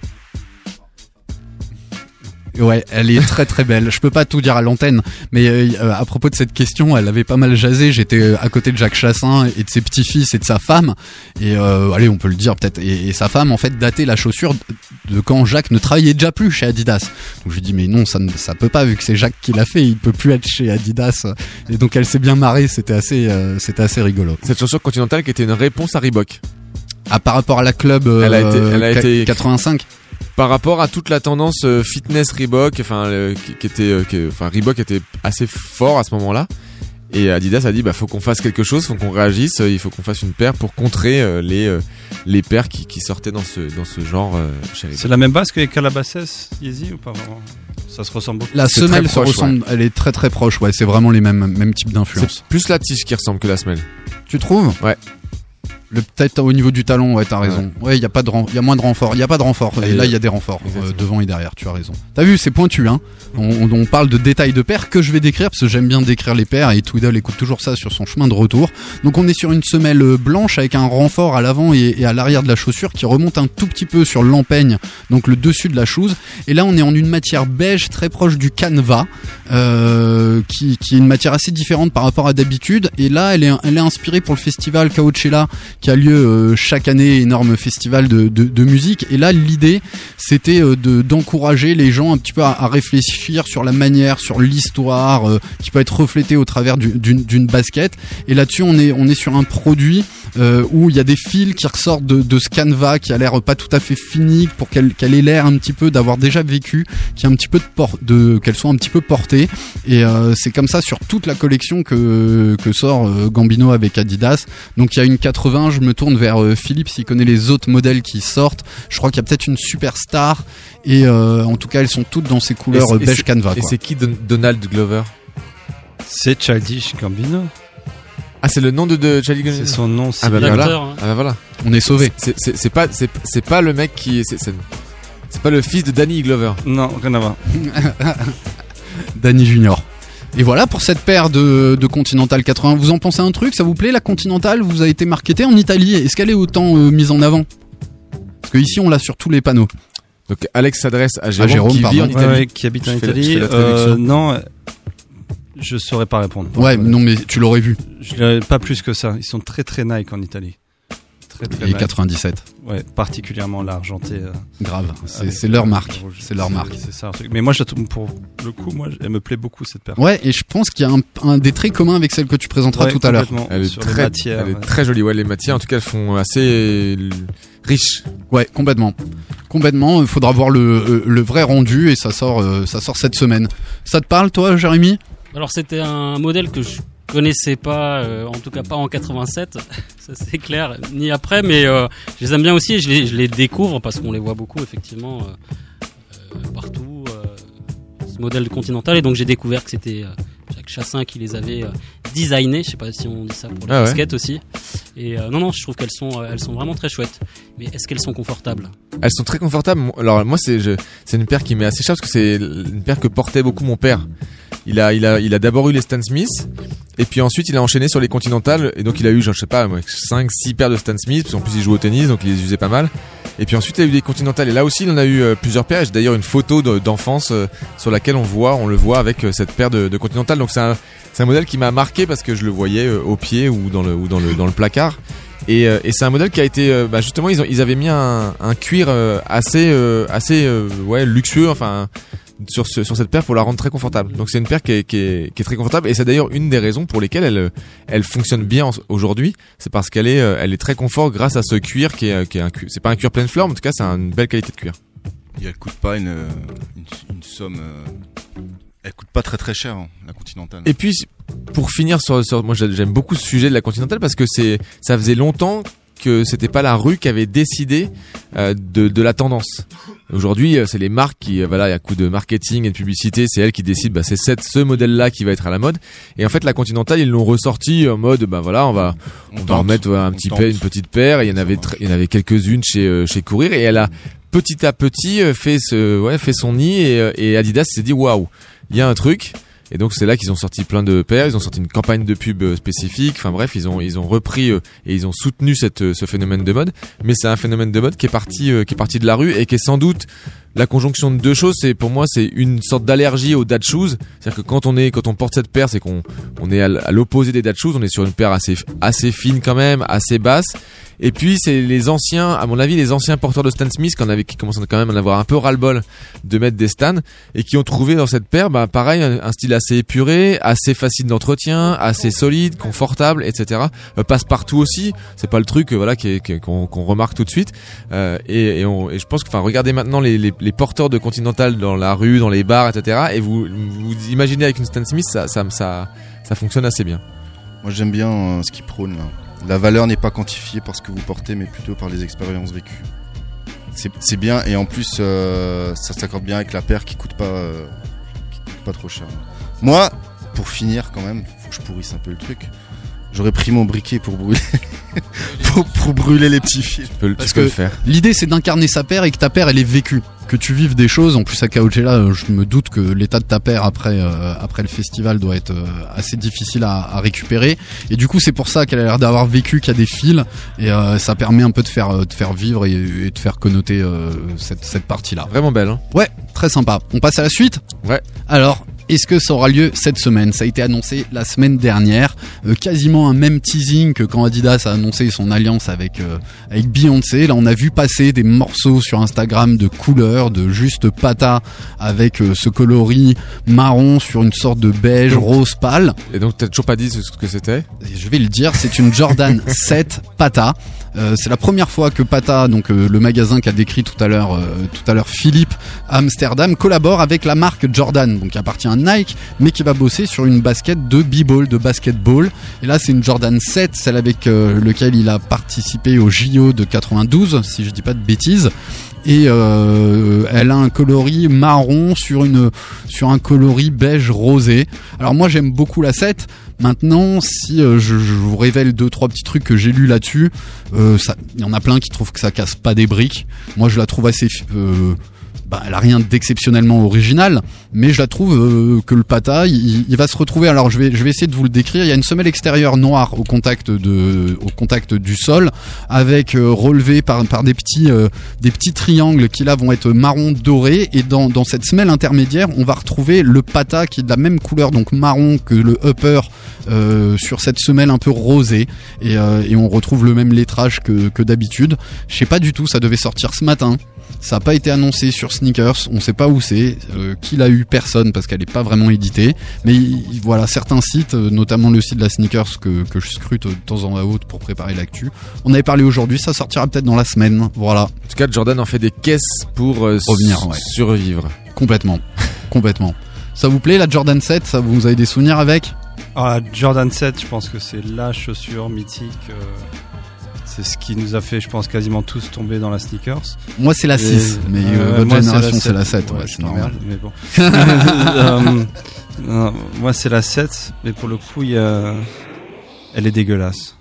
Ouais, elle est très très belle. Je peux pas tout dire à l'antenne, mais euh, à propos de cette question, elle avait pas mal jasé. J'étais à côté de Jacques Chassin et de ses petits-fils et de sa femme. Et euh, allez, on peut le dire peut-être. Et, et sa femme, en fait, datait la chaussure de quand Jacques ne travaillait déjà plus chez Adidas. Donc je lui dis mais non, ça ne ça peut pas vu que c'est Jacques qui l'a fait. Il peut plus être chez Adidas. Et donc elle s'est bien marrée. C'était assez euh, c'était assez rigolo. Cette chaussure Continental qui était une réponse à Reebok. Ah, par rapport à la club euh, elle a été, elle a été quatre-vingt-cinq. Par rapport à toute la tendance euh, fitness Reebok, enfin euh, qui, qui était, euh, qui, enfin Reebok était assez fort à ce moment-là, et Adidas a dit bah faut qu'on fasse quelque chose, faut qu'on réagisse, euh, il faut qu'on fasse une paire pour contrer euh, les euh, les paires qui, qui sortaient dans ce dans ce genre euh, chez Reebok. C'est la même base que les Calabasas Yeezy ou pas vraiment ? Ça se ressemble beaucoup. La c'est semelle se proche, ressemble, ouais. Elle est très très proche, ouais. C'est vraiment les mêmes mêmes types d'influence. C'est plus la tige qui ressemble que la semelle. Tu trouves ? Ouais. Le peut-être au niveau du talon, ouais, t'as raison. Ouais, il y a pas de il y a moins de renforts, il y a pas de renforts. Et, et là, il y a des renforts euh, devant et derrière. Tu as raison. T'as vu, c'est pointu, hein. On, on parle de détails de paires que je vais décrire parce que j'aime bien décrire les paires et Tweedle écoute toujours ça sur son chemin de retour. Donc on est sur une semelle blanche avec un renfort à l'avant et, et à l'arrière de la chaussure qui remonte un tout petit peu sur l'empeigne, donc le dessus de la chose. Et là, on est en une matière beige très proche du canevas, euh, qui, qui est une matière assez différente par rapport à d'habitude. Et là, elle est, elle est inspirée pour le festival Coachella qui a lieu euh, chaque année, énorme festival de, de, de musique. Et là, l'idée, c'était euh, de d'encourager les gens un petit peu à, à réfléchir sur la manière, sur l'histoire euh, qui peut être reflétée au travers du, d'une d'une basket. Et là-dessus, on est on est sur un produit euh, où il y a des fils qui ressortent de, de ce canevas qui a l'air pas tout à fait fini pour qu'elle qu'elle ait l'air un petit peu d'avoir déjà vécu, qui a un petit peu de por- de qu'elle soit un petit peu portée. Et euh, c'est comme ça sur toute la collection que que sort euh, Gambino avec Adidas. Donc il y a une quatre-vingts. Je me tourne vers euh, Philippe s'il connaît les autres modèles qui sortent. Je crois qu'il y a peut-être une Superstar et euh, en tout cas elles sont toutes dans ces couleurs Et c'est- beige et canevas. c'est- Et quoi. c'est qui Don- Donald Glover? C'est Childish Gambino. Ah, c'est le nom de, de Charlie Gambino. C'est son nom. Ah bah c'est voilà. l'acteur, hein. Ah bah voilà. On est sauvés. C'est, c'est, c'est pas, c'est, c'est pas le mec qui, c'est, c'est, c'est pas le fils de Danny Glover. Non, rien à voir. Danny Junior. Et voilà pour cette paire de, de Continental quatre-vingts. Vous en pensez un truc? Ça vous plaît la Continental? Vous a été marketée en Italie. Est-ce qu'elle est autant euh, mise en avant? Parce que ici on l'a sur tous les panneaux. Donc Alex s'adresse à Jérôme, Jérôme, qui pardon. vit en Italie. Ouais, ouais, qui habite en Je fais la- Italie. je fais la Euh, traduction. non, je saurais pas répondre. Ouais, non mais tu l'aurais vu. Je l'aurais pas plus que ça. Ils sont très très Nike en Italie. Très très Et Nike. quatre-vingt-dix-sept. Ouais, particulièrement l'argenté. Euh, Grave. C'est, avec c'est leur le marque. rouge. C'est leur marque. C'est ça. un truc. Mais moi, je la trouve pour le coup, moi, elle me plaît beaucoup cette paire. Ouais, et je pense qu'il y a un, un des traits communs avec celle que tu présenteras Ouais, tout à l'heure. complètement. Elle est Sur les très, matières, elle est ouais. très jolie. Ouais, les matières, en tout cas, elles font assez riches. Ouais, complètement. Complètement. Il faudra voir le, le vrai rendu et ça sort, euh, ça sort cette semaine. Ça te parle, toi, Jérémy? Alors c'était un modèle que je connaissais pas, euh, en tout cas pas en quatre-vingt-sept, ça c'est clair, ni après, mais euh, je les aime bien aussi et je les, je les découvre parce qu'on les voit beaucoup effectivement euh, euh, partout, euh, ce modèle Continental, et donc j'ai découvert que c'était euh, Jacques Chassin qui les avait euh, designés, je sais pas si on dit ça pour les Ah ouais. baskets aussi, et euh, non non, je trouve qu'elles sont, euh, elles sont vraiment très chouettes, mais est-ce qu'elles sont confortables? Elles sont très confortables. Alors moi, c'est, je, c'est une paire qui m'est assez chère parce que c'est une paire que portait beaucoup mon père. Il a, il a, il a d'abord eu les Stan Smith et puis ensuite il a enchaîné sur les Continental et donc il a eu, genre, je sais pas, cinq six paires de Stan Smith parce qu'en plus il joue au tennis donc il les usait pas mal. Et puis ensuite il a eu des Continental et là aussi il en a eu euh, plusieurs paires. J'ai d'ailleurs une photo de, d'enfance euh, sur laquelle on voit, on le voit avec euh, cette paire de, de Continental. Donc c'est un, c'est un modèle qui m'a marqué parce que je le voyais euh, au pied ou dans le, ou dans le, dans le placard. Et, euh, et c'est un modèle qui a été, euh, bah justement, ils, ont, ils avaient mis un, un cuir euh, assez, euh, assez, euh, ouais, luxueux, enfin, sur, ce, sur cette paire pour la rendre très confortable. Donc c'est une paire qui est, qui est, qui est très confortable et c'est d'ailleurs une des raisons pour lesquelles elle, elle fonctionne bien aujourd'hui. C'est parce qu'elle est, elle est très confort grâce à ce cuir qui est, qui est un cuir. C'est pas un cuir pleine fleur, mais en tout cas c'est une belle qualité de cuir. Et elle coûte pas une, une, une somme. Euh... Elle coûte pas très très cher, hein, la Continental. Et puis pour finir sur, sur moi j'aime beaucoup ce sujet de la Continental parce que c'est, ça faisait longtemps que c'était pas la rue qui avait décidé euh, de, de la tendance. Aujourd'hui, c'est les marques qui, voilà, à coup de marketing et de publicité, c'est elles qui décident, bah, c'est cette, ce modèle-là qui va être à la mode. Et en fait, la Continental, ils l'ont ressorti en mode, bah voilà, on va, on, on va remettre ouais, un petit paire, une petite paire. Et il y en avait, tr- il y en avait quelques-unes chez, euh, chez Courir. Et elle a petit à petit fait ce, ouais, fait son nid. Et, et Adidas s'est dit, waouh, il y a un truc. Et donc c'est là qu'ils ont sorti plein de paires, ils ont sorti une campagne de pub spécifique, enfin bref, ils ont ils ont repris euh, et ils ont soutenu cette euh, ce phénomène de mode, mais c'est un phénomène de mode qui est parti euh, qui est parti de la rue et qui est sans doute la conjonction de deux choses. C'est pour moi c'est une sorte d'allergie aux dad shoes, c'est-à-dire que quand on est quand on porte cette paire, c'est qu'on on est à, à l'opposé des dad shoes, on est sur une paire assez assez fine quand même, assez basse. Et puis c'est les anciens, à mon avis, les anciens porteurs de Stan Smith qu'on avait, qui commencent quand même à en avoir un peu ras-le-bol de mettre des Stan et qui ont trouvé dans cette paire, bah pareil, un, un style assez épuré, assez facile d'entretien, assez solide, confortable, et cetera. Euh, passe partout aussi, c'est pas le truc, euh, voilà, qui est, qui est, qu'on, qu'on remarque tout de suite. Euh, et, et, on, et je pense que, enfin, regardez maintenant les, les, les porteurs de Continental dans la rue, dans les bars, et cetera. Et vous vous imaginez avec une Stan Smith, ça, ça, ça, ça fonctionne assez bien. Moi j'aime bien euh, ce qu'ils prônent là. La valeur n'est pas quantifiée par ce que vous portez, mais plutôt par les expériences vécues. C'est, c'est bien, et en plus, euh, ça s'accorde bien avec la paire qui coûte pas, euh, qui coûte pas trop cher. Moi, pour finir quand même, faut que je pourrisse un peu le truc. J'aurais pris mon briquet pour brûler, pour, pour brûler les petits fils. Tu peux, Parce tu peux que le faire. l'idée c'est d'incarner sa paire et que ta paire elle est vécue, que tu vives des choses. En plus à Kaojela, je me doute que l'état de ta paire après euh, après le festival doit être euh, assez difficile à, à récupérer. Et du coup c'est pour ça qu'elle a l'air d'avoir vécu, qu'il y a des fils et euh, ça permet un peu de faire de faire vivre et, et de faire connoter euh, cette cette partie là. Vraiment belle. Hein. Ouais, très sympa. On passe à la suite. Ouais. Alors Est-ce que ça aura lieu cette semaine? Ça a été annoncé la semaine dernière, euh, quasiment un même teasing que quand Adidas a annoncé son alliance avec euh, avec Beyoncé. Là, on a vu passer des morceaux sur Instagram de couleurs, de juste Pata avec euh, ce coloris marron sur une sorte de beige donc, rose pâle. Et donc t'as toujours pas dit ce que c'était? Je vais le dire, c'est une Jordan sept Pata. Euh, c'est la première fois que Pata, donc euh, le magasin qu'a décrit tout à l'heure, euh, tout à l'heure Philippe à Amsterdam, collabore avec la marque Jordan, donc qui appartient à Nike, mais qui va bosser sur une basket de b-ball, de basketball. Et là, c'est une Jordan sept, celle avec euh, lequel il a participé au J O de quatre-vingt-douze, si je dis pas de bêtises. Et euh, elle a un coloris marron sur une sur un coloris beige rosé. Alors moi j'aime beaucoup la sept. Maintenant, si euh, je, je vous révèle deux trois petits trucs que j'ai lus là-dessus, euh, ça, il y en a plein qui trouvent que ça casse pas des briques. Moi je la trouve assez euh, bah, elle a rien d'exceptionnellement original, mais je la trouve euh, que le Pata, il, il va se retrouver. Alors je vais, je vais essayer de vous le décrire. Il y a une semelle extérieure noire au contact de, au contact du sol, avec euh, relevé par, par des petits, euh, des petits triangles qui là vont être marron doré. Et dans, dans cette semelle intermédiaire, on va retrouver le Pata qui est de la même couleur, donc marron que le upper, euh, sur cette semelle un peu rosée. Et, euh, et on retrouve le même lettrage que, que d'habitude. Je sais pas du tout. Ça devait sortir ce matin. Ça n'a pas été annoncé sur Sneakers, on sait pas où c'est, euh, qui l'a eu, personne, parce qu'elle n'est pas vraiment éditée. Mais il, voilà, certains sites, euh, notamment le site de la Sneakers que, que je scrute de temps en temps pour préparer l'actu. On avait parlé aujourd'hui, ça sortira peut-être dans la semaine, voilà. En tout cas, Jordan en fait des caisses pour euh, revenir, s- ouais. survivre. Complètement, complètement. Ça vous plaît la Jordan sept? Ça vous avez des souvenirs avec? Ah, Jordan sept, je pense que c'est la chaussure mythique. Euh... C'est ce qui nous a fait, je pense, quasiment tous tomber dans la sneakers. Moi, c'est la six, mais euh, votre génération, c'est la sept. Ouais, Ouais, c'est normal. Mais bon. euh, non, moi, c'est la sept, mais pour le coup, il y a... elle est dégueulasse.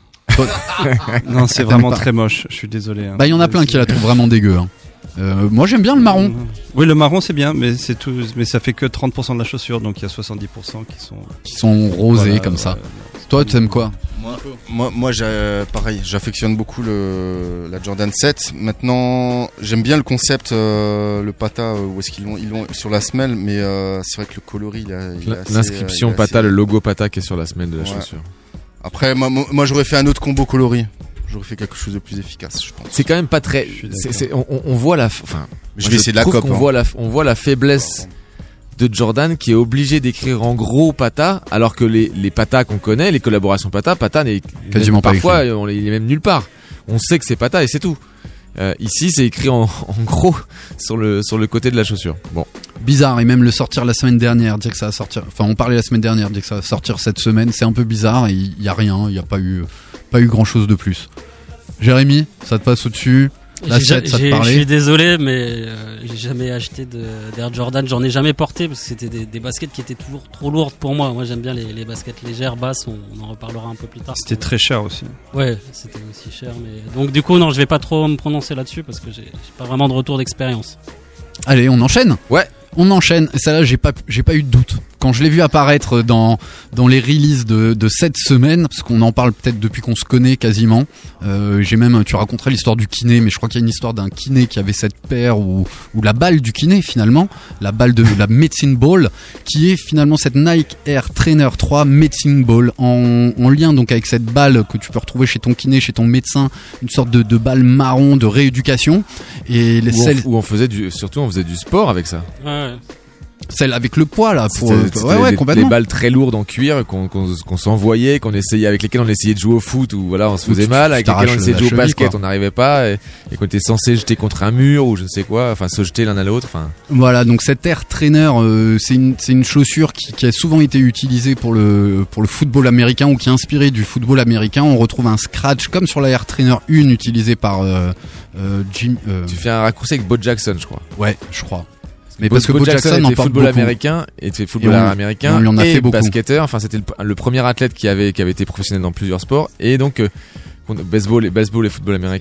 Non, c'est vraiment très moche. Je suis désolé. Hein. Bah, il y en a plein qui la trouvent vraiment dégueu. Hein. Euh, moi, j'aime bien le marron. Oui, le marron, c'est bien, mais c'est tout, mais ça fait que trente pour cent de la chaussure, donc il y a soixante-dix pour cent qui sont qui sont rosés voilà, comme ça. Ouais, toi, tu aimes quoi? Moi, moi, moi j'ai, pareil, j'affectionne beaucoup le, la Jordan sept. Maintenant, j'aime bien le concept, euh, le Pata, où est-ce qu'ils l'ont, ils l'ont sur la semelle, mais euh, c'est vrai que le coloris, il a, il a assez, l'inscription il a Pata, assez... le logo Pata qui est sur la semelle de la ouais. chaussure. Après, moi, moi, j'aurais fait un autre combo coloris. J'aurais fait quelque chose de plus efficace, je pense. C'est quand même pas très. C'est, c'est, on, on voit la. Enfin, je vais essayer de la cope. On hein. voit la, on voit la faiblesse de Jordan qui est obligé d'écrire en gros Pata, alors que les, les Pata qu'on connaît, les collaborations Pata, Pata n'est quasiment pas parfois écrit. On il est même nulle part. On sait que c'est Pata et c'est tout. Euh, ici, c'est écrit en, en gros sur le sur le côté de la chaussure. Bon. Bizarre, et même le sortir la semaine dernière, dire que ça va sortir. Enfin, on parlait la semaine dernière, dire que ça va sortir cette semaine, c'est un peu bizarre. Il y a rien, il y a pas eu pas eu grand chose de plus. Jérémy, ça te passe au-dessus? La sept, ça te parlait? Je suis désolé, mais euh, j'ai jamais acheté de, d'Air Jordan. J'en ai jamais porté parce que c'était des, des baskets qui étaient toujours trop lourdes pour moi. Moi, j'aime bien les, les baskets légères, basses. On, on en reparlera un peu plus tard. C'était très cher aussi. Ouais, c'était aussi cher. Mais donc du coup, non, je vais pas trop me prononcer là-dessus parce que j'ai, j'ai pas vraiment de retour d'expérience. Allez, on enchaîne. Ouais. On enchaîne. Et ça là, j'ai pas, j'ai pas eu de doute. Quand je l'ai vu apparaître dans dans les releases de de cette semaine, parce qu'on en parle peut-être depuis qu'on se connaît quasiment. Euh, j'ai même, tu raconterais l'histoire du kiné, mais je crois qu'il y a une histoire d'un kiné qui avait cette paire ou ou la balle du kiné finalement, la balle de la Medicine Ball, qui est finalement cette Nike Air Trainer trois Medicine Ball en en lien donc avec cette balle que tu peux retrouver chez ton kiné, chez ton médecin, une sorte de de balle marron de rééducation. Et les où, celles... on, où on faisait du, surtout on faisait du sport avec ça. Ouais. Celle avec le poids là pour c'était, c'était ouais ouais les, complètement. Les balles très lourdes en cuir qu'on, qu'on, qu'on s'envoyait, qu'on essayait, avec lesquelles on essayait de jouer au foot ou voilà on se faisait tu, mal, tu avec lesquelles on essayait de jouer au basket, quoi. On n'arrivait pas et, et qu'on était censé jeter contre un mur ou je ne sais quoi, enfin se jeter l'un à l'autre. Enfin. Voilà, donc cette Air Trainer, euh, c'est une c'est une chaussure qui, qui a souvent été utilisée pour le pour le football américain ou qui est inspirée du football américain. On retrouve un scratch comme sur la Air Trainer un utilisée par euh, euh, Jim. Euh... Tu fais un raccourci avec Bo Jackson, je crois. Ouais, je crois. Mais parce que Bo Jackson, Jackson était football beaucoup. américain, était footballeur américain on en a et fait beaucoup. basketteur. Enfin, c'était le, le premier athlète qui avait qui avait été professionnel dans plusieurs sports et donc euh, baseball et baseball et football américain.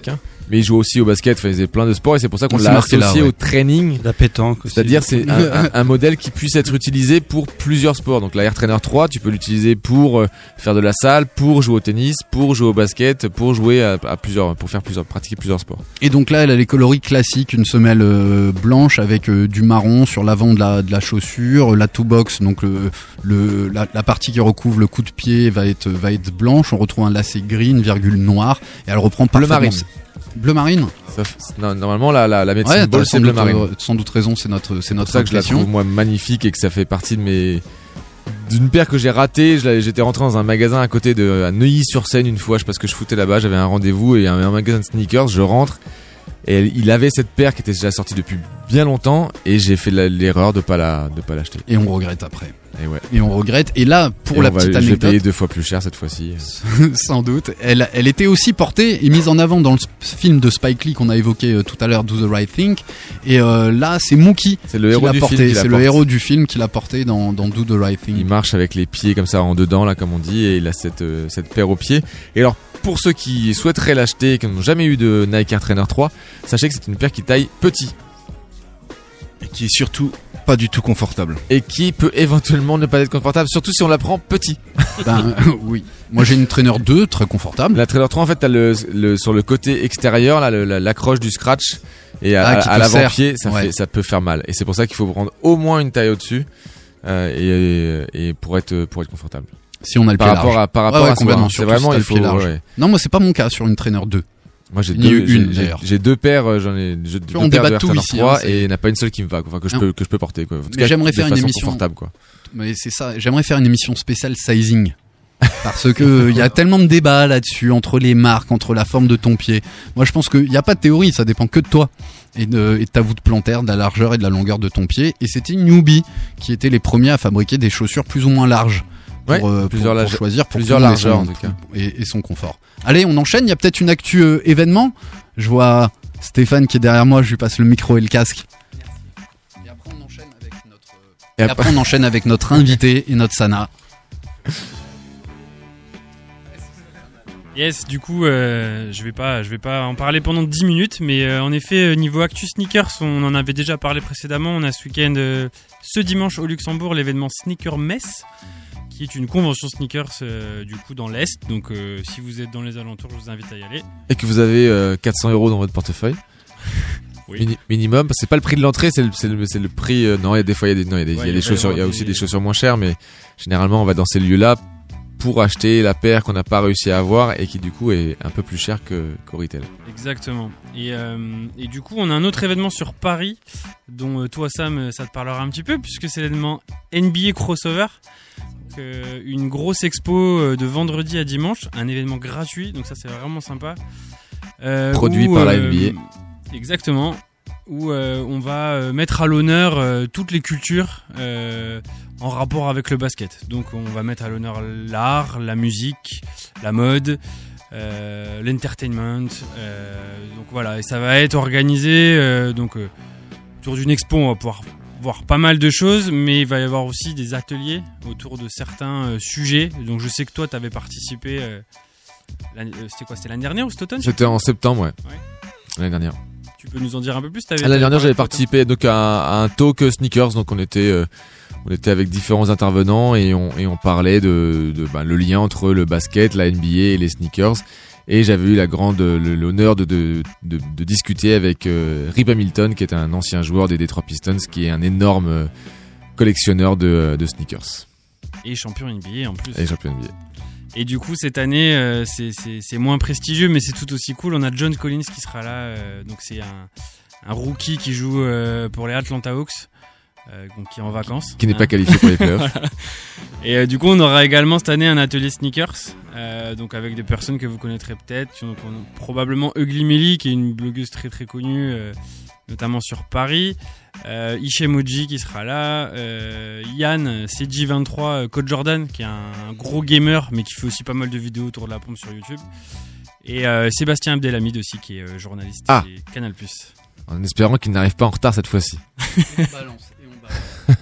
mais il jouait aussi au basket, enfin, il faisait plein de sports et c'est pour ça qu'on On s'est l'a marqué associé là, ouais. au training. La pétanque aussi. C'est-à-dire c'est un, un, un modèle qui puisse être utilisé pour plusieurs sports. Donc la Air Trainer trois, tu peux l'utiliser pour euh, faire de la salle, pour jouer au tennis, pour jouer au basket, pour jouer à, à plusieurs, pour faire plusieurs, pratiquer plusieurs sports. Et donc là, elle a les coloris classiques, une semelle euh, blanche avec euh, du marron sur l'avant de la, de la chaussure, la toe box, donc le, le, la, la partie qui recouvre le coup de pied va être, va être blanche. On retrouve un lacet gris, une virgule noire, et elle reprend Bleu parfaitement. marine. Bleu marine. Ça, non, normalement la, la, la médecine Ouais, ball t'as c'est sans bleu doute, marine. euh, sans doute raison, c'est notre, c'est C'est notre pour ça que je la impression. trouve moi magnifique et que ça fait partie de mes d'une paire que j'ai ratée. Je l'avais- j'étais rentré dans un magasin à côté de à Neuilly-sur-Seine une fois, je sais pas ce que je foutais là-bas, j'avais un rendez-vous et un, un magasin de sneakers, je rentre et il avait cette paire qui était déjà sortie depuis bien longtemps et j'ai fait la- l'erreur de pas la de pas l'acheter. Et on regrette après. Et ouais. Et on regrette. Et là, pour Et la on va- petite je vais anecdote, payer deux fois plus cher cette fois-ci. sans doute, elle, elle était aussi portée et mise en avant dans le sp- film de Spike Lee qu'on a évoqué euh, tout à l'heure, Do the Right Thing. Et euh, là, c'est Mookie C'est le qui héros l'a du porté. film qui la C'est le porte. héros du film qui l'a porté dans, dans Do the Right Thing. Il marche avec les pieds comme ça en dedans là comme on dit et il a cette euh, cette paire aux pieds. Et alors pour ceux qui souhaiteraient l'acheter et qui n'ont jamais eu de Nike Air Trainer trois, sachez que c'est une paire qui taille petit Et qui est surtout pas du tout confortable. et qui peut éventuellement ne pas être confortable, surtout si on la prend petit. Ben, oui. Moi, j'ai une Trainer deux, très confortable. La Trainer trois en fait t'as le, le sur le côté extérieur là le- la- l'accroche du scratch et à, Ah, qui à te l'avant-pied ça serre. Ouais. fait ça peut faire mal et c'est pour ça qu'il faut prendre au moins une taille au-dessus euh, et, et pour être pour être confortable. Si on a le Par pied rapport large. à par Ouais, rapport ouais, à soi, complètement. hein. C'est Surtout vraiment si t'as il le faut pied large. ouais. Non, moi, c'est pas mon cas sur une Trainer deux. Moi j'ai Ni deux, une, j'ai- d'ailleurs. j'ai deux paires, euh, j'en ai j'ai deux on paires débat de de tout Air Trainer ici, trois hein, c'est- et il n'y en a pas une seule qui me va, quoi. Enfin que je Non. peux que je peux porter quoi. En tout Mais cas, j'aimerais de faire une façon émission- confortable quoi. Mais c'est ça. J'aimerais faire une émission spéciale sizing. Parce que il y a tellement de débats là-dessus entre les marques, entre la forme de ton pied. Moi, je pense qu'il n'y a pas de théorie, ça dépend que de toi et de, et de ta voûte plantaire, de la largeur et de la longueur de ton pied. Et c'était Newbie qui étaient les premiers à fabriquer des chaussures plus ou moins larges pour, Ouais, euh, pour- plusieurs pour large- choisir pour plusieurs tout le monde et largeurs, son- en tout cas. et, et son confort. Allez, on enchaîne. Il y a peut-être une actu euh, événement. Je vois Stéphane qui est derrière moi. Je lui passe le micro et le casque. Et après, on enchaîne avec notre. Et Et après- après, on enchaîne avec notre invité et notre Sana. Yes, du coup, euh, je vais pas, je vais pas en parler pendant dix minutes, mais euh, en effet, euh, niveau actu sneakers, on en avait déjà parlé précédemment. On a ce week-end, euh, ce dimanche au Luxembourg, l'événement Sneaker Mess, qui est une convention sneakers euh, du coup dans l'est. Donc, euh, si vous êtes dans les alentours, je vous invite à y aller. Et que vous avez euh, quatre cents euros dans votre portefeuille. Oui. Mini- minimum, c'est pas le prix de l'entrée, c'est le, c'est le, c'est le prix. euh, non, il y a des fois, il y a des, non, il y a des, Ouais, il y a il des va y chaussures, il y a avoir aussi des- des chaussures moins chères, mais généralement, on va dans ces lieux-là pour acheter la paire qu'on n'a pas réussi à avoir et qui du coup est un peu plus chère que qu'au retail. Exactement. Et, euh, et du coup, on a un autre événement sur Paris, dont euh, toi, Sam, ça te parlera un petit peu, puisque c'est l'événement N B A Crossover. Donc, euh, une grosse expo euh, de vendredi à dimanche, un événement gratuit, donc ça, c'est vraiment sympa. Euh, Produit où, par la euh, N B A. Exactement. Où euh, on va euh, mettre à l'honneur euh, toutes les cultures euh, en rapport avec le basket. Donc on va mettre à l'honneur l'art, la musique, la mode, euh, l'entertainment. Euh, donc voilà, et ça va être organisé euh, donc euh, autour d'une expo. On va pouvoir voir pas mal de choses, mais il va y avoir aussi des ateliers autour de certains euh, sujets. Donc je sais que toi, tu avais participé. Euh, l'année- euh, c'était quoi? C'était l'année dernière ou cet automne? C'était en septembre, ouais. Ouais. L'année dernière. Tu peux nous en dire un peu plus? T'avais- L'année dernière, t'avais j'avais parlé de quoi, participé donc à, à un talk sneakers, donc on était euh, on était avec différents intervenants et on et on parlait de, de bah, le lien entre le basket, la N B A et les sneakers. Et j'avais eu la grande le- l'honneur de de, de de discuter avec euh, Rip Hamilton, qui est un ancien joueur des Detroit Pistons, qui est un énorme euh, collectionneur de de sneakers Et champion N B A en plus. et champion N B A. Et du coup, cette année, euh, c'est- c'est c'est moins prestigieux, mais c'est tout aussi cool. On a John Collins qui sera là. euh, donc, c'est un, un rookie qui joue euh, pour les Atlanta Hawks, euh, donc qui est en vacances. Qui n'est Hein. pas qualifié pour les playoffs. Voilà. Et euh, du coup, on aura également cette année un atelier sneakers, euh, donc avec des personnes que vous connaîtrez peut-être. Donc, on a probablement Ugly Melly, qui est une blogueuse très très connue, euh, notamment sur Paris. Euh, Ishemoji qui sera là, euh, Yann C J vingt-trois, euh, Coach Jordan qui est un gros gamer mais qui fait aussi pas mal de vidéos autour de la pompe sur YouTube, et euh, Sébastien Abdelhamid aussi qui est euh, journaliste Ah. chez Canal+. En espérant qu'il n'arrive pas en retard cette fois-ci.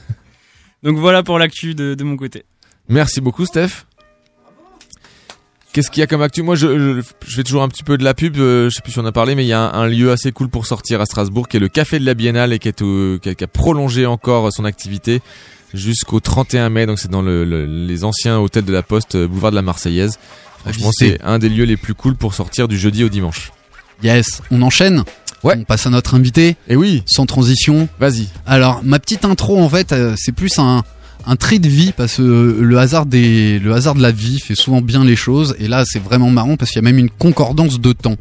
Donc voilà pour l'actu de, de mon côté. Merci beaucoup, Steph. Qu'est-ce qu'il y a comme actu? Moi, je, je, je fais toujours un petit peu de la pub. Euh, je sais plus si on a parlé, mais il y a un, un lieu assez cool pour sortir à Strasbourg, qui est le Café de la Biennale et qui, est au, qui, a, qui a prolongé encore son activité jusqu'au trente et un mai. Donc, c'est dans le, le, les anciens hôtels de la Poste, boulevard de la Marseillaise. Franchement, c'est un des lieux les plus cool pour sortir du jeudi au dimanche. Yes, on enchaîne. Ouais. On passe à notre invité. Et oui. Sans transition. Vas-y. Alors, ma petite intro, en fait, euh, c'est plus un un trait de vie, parce que le hasard des le hasard de la vie fait souvent bien les choses, et là c'est vraiment marrant parce qu'il y a même une concordance de temps.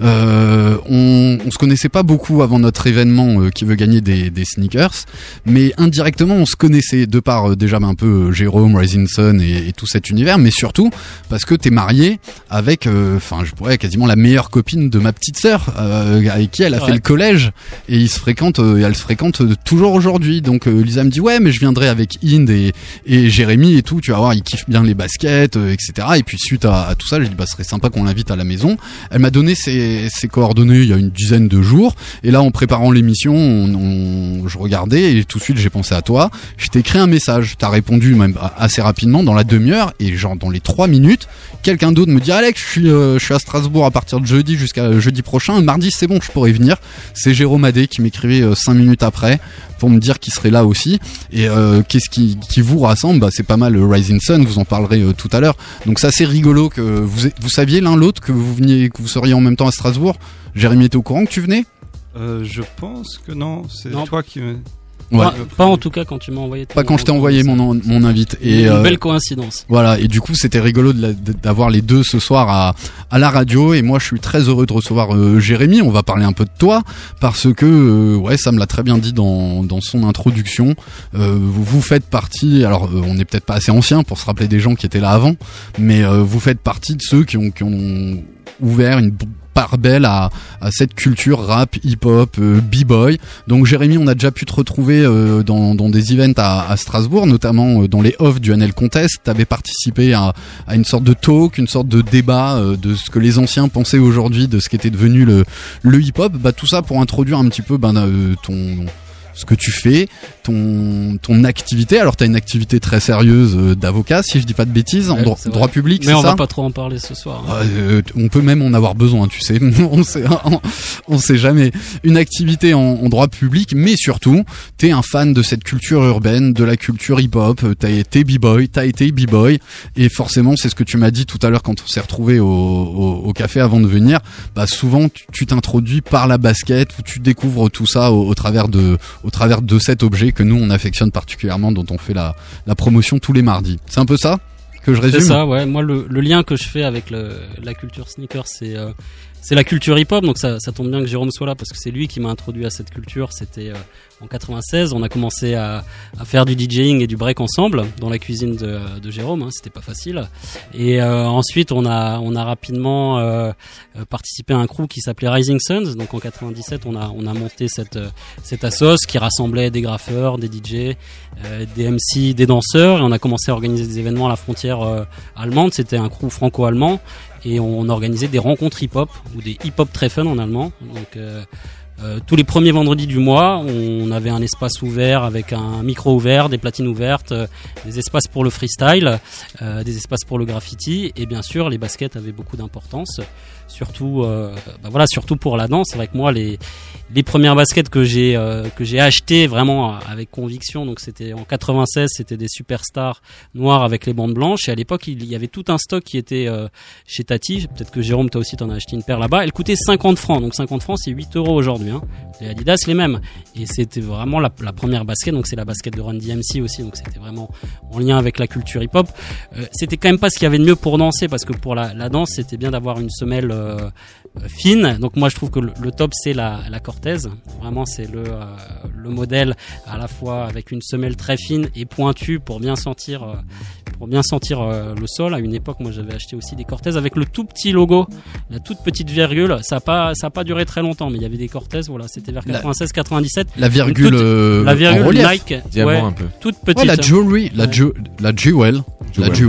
Euh, on, on se connaissait pas beaucoup avant notre événement euh, qui veut gagner des, des sneakers, mais indirectement on se connaissait de par euh, déjà un peu euh, Jérôme, Rising Sun et, et tout cet univers, mais surtout parce que t'es marié avec, enfin euh, je pourrais quasiment la meilleure copine de ma petite sœur, euh, avec qui elle a ouais. fait le collège, et ils se fréquentent, euh, elle se fréquente euh, toujours aujourd'hui. Donc euh, Lisa me dit ouais mais je viendrai avec Inde Et, et Jérémy et tout, tu vas voir, il kiffe bien les baskets, euh, et cetera. Et puis suite à, à tout ça, j'ai dit bah ce serait sympa qu'on l'invite à la maison. Elle m'a donné ses, ses coordonnées il y a une dizaine de jours. Et là, en préparant l'émission, on, on, je regardais et tout de suite j'ai pensé à toi. Je t'ai écrit un message. T'as répondu même assez rapidement dans la demi-heure, et genre dans les trois minutes, quelqu'un d'autre me dit Alex, je suis, euh, je suis à Strasbourg à partir de jeudi jusqu'à jeudi prochain. Mardi c'est bon, je pourrais venir. C'est Jérôme Adé qui m'écrivait euh, cinq minutes après pour me dire qu'il serait là aussi. Et euh, qu'est-ce qui, qui vous rassemble? Bah c'est pas mal le Rising Sun, vous en parlerez euh, tout à l'heure. Donc c'est assez rigolo que vous vous saviez l'un l'autre que vous veniez, que vous seriez en même temps à Strasbourg. Jérémy était au courant que tu venais? Euh, je pense que non, c'est non. toi qui me... Ouais. Pas, pas en tout cas quand tu m'as envoyé. Pas quand je t'ai envoyé mon mon invite. Et une euh, belle coïncidence. Voilà, et du coup c'était rigolo de la, de, d'avoir les deux ce soir à à la radio. Et moi je suis très heureux de recevoir euh, Jérémy. On va parler un peu de toi parce que euh, ouais, ça me l'a très bien dit dans dans son introduction. Euh, vous vous faites partie. Alors euh, on n'est peut-être pas assez ancien pour se rappeler des gens qui étaient là avant, mais euh, vous faites partie de ceux qui ont qui ont ouvert une part belle à, à cette culture rap, hip-hop, euh, b-boy. Donc Jérémy, on a déjà pu te retrouver euh, dans, dans des events à, à Strasbourg, notamment euh, dans les off du N L Contest. T'avais participé à, à une sorte de talk, une sorte de débat euh, de ce que les anciens pensaient aujourd'hui de ce qu'était devenu le, le hip-hop. Bah tout ça pour introduire un petit peu ben, euh, ton... ce que tu fais, ton ton activité. Alors t'as une activité très sérieuse euh, d'avocat, si je dis pas de bêtises, ouais, en dro- droit public, mais c'est on ça va pas trop en parler ce soir. Hein. Euh, on peut même en avoir besoin, tu sais. on sait, on, on sait jamais. Une activité en, en droit public, mais surtout, t'es un fan de cette culture urbaine, de la culture hip-hop. T'as été b-boy, t'as été b-boy, et forcément, c'est ce que tu m'as dit tout à l'heure quand on s'est retrouvé au, au, au café avant de venir. Bah souvent, tu, tu t'introduis par la basket, où tu découvres tout ça au, au travers de au travers de cet objet que nous on affectionne particulièrement, dont on fait la, la promotion tous les mardis. C'est un peu ça que je résume? C'est ça, ouais. Moi, le, le lien que je fais avec le, la culture sneaker, c'est euh, c'est la culture hip-hop. Donc ça, ça tombe bien que Jérôme soit là parce que c'est lui qui m'a introduit à cette culture. C'était euh, en quatre-vingt-seize. On a commencé à, à faire du DJing et du break ensemble dans la cuisine de, de Jérôme. Hein, c'était pas facile. Et euh, ensuite, on a on a rapidement euh, participé à un crew qui s'appelait Rising Suns. Donc en quatre-vingt-dix-sept, on a on a monté cette cette assos qui rassemblait des graffeurs, des D J, euh, des M C, des danseurs. Et on a commencé à organiser des événements à la frontière euh, allemande. C'était un crew franco-allemand. Et on organisait des rencontres hip-hop ou des hip-hop très fun en allemand. Donc euh, euh, tous les premiers vendredis du mois, on avait un espace ouvert avec un micro ouvert, des platines ouvertes, euh, des espaces pour le freestyle, euh, des espaces pour le graffiti, et bien sûr les baskets avaient beaucoup d'importance. Surtout, euh, bah voilà, surtout pour la danse. C'est vrai que moi, les les premières baskets que j'ai euh, que j'ai achetées vraiment avec conviction, donc c'était en quatre-vingt-seize, c'était des superstars noires avec les bandes blanches. Et à l'époque, il y avait tout un stock qui était euh, chez Tati. Peut-être que Jérôme, toi aussi, t'en as acheté une paire là-bas. Elle coûtait cinquante francs. Donc cinquante francs, c'est huit euros aujourd'hui. Hein. Les Adidas, les mêmes. Et c'était vraiment la, la première basket. Donc c'est la basket de Run D M C aussi. Donc c'était vraiment en lien avec la culture hip-hop. Euh, c'était quand même pas ce qu'il y avait de mieux pour danser, parce que pour la, la danse, c'était bien d'avoir une semelle Euh, fine. Donc moi je trouve que le, le top c'est la, la Cortez. Vraiment c'est le, euh, le modèle à la fois avec une semelle très fine et pointue pour bien sentir euh, pour bien sentir euh, le sol. À une époque moi j'avais acheté aussi des Cortez avec le tout petit logo, la toute petite virgule. Ça a pas ça a pas duré très longtemps, mais il y avait des Cortez. Voilà, c'était vers quatre-vingt-seize quatre-vingt-dix-sept. La virgule, toute, euh, la virgule en relief. Nike, diamant ouais, un peu. toute petite. Ouais, la jewelry, la ouais. ju- la jewel, la jewel.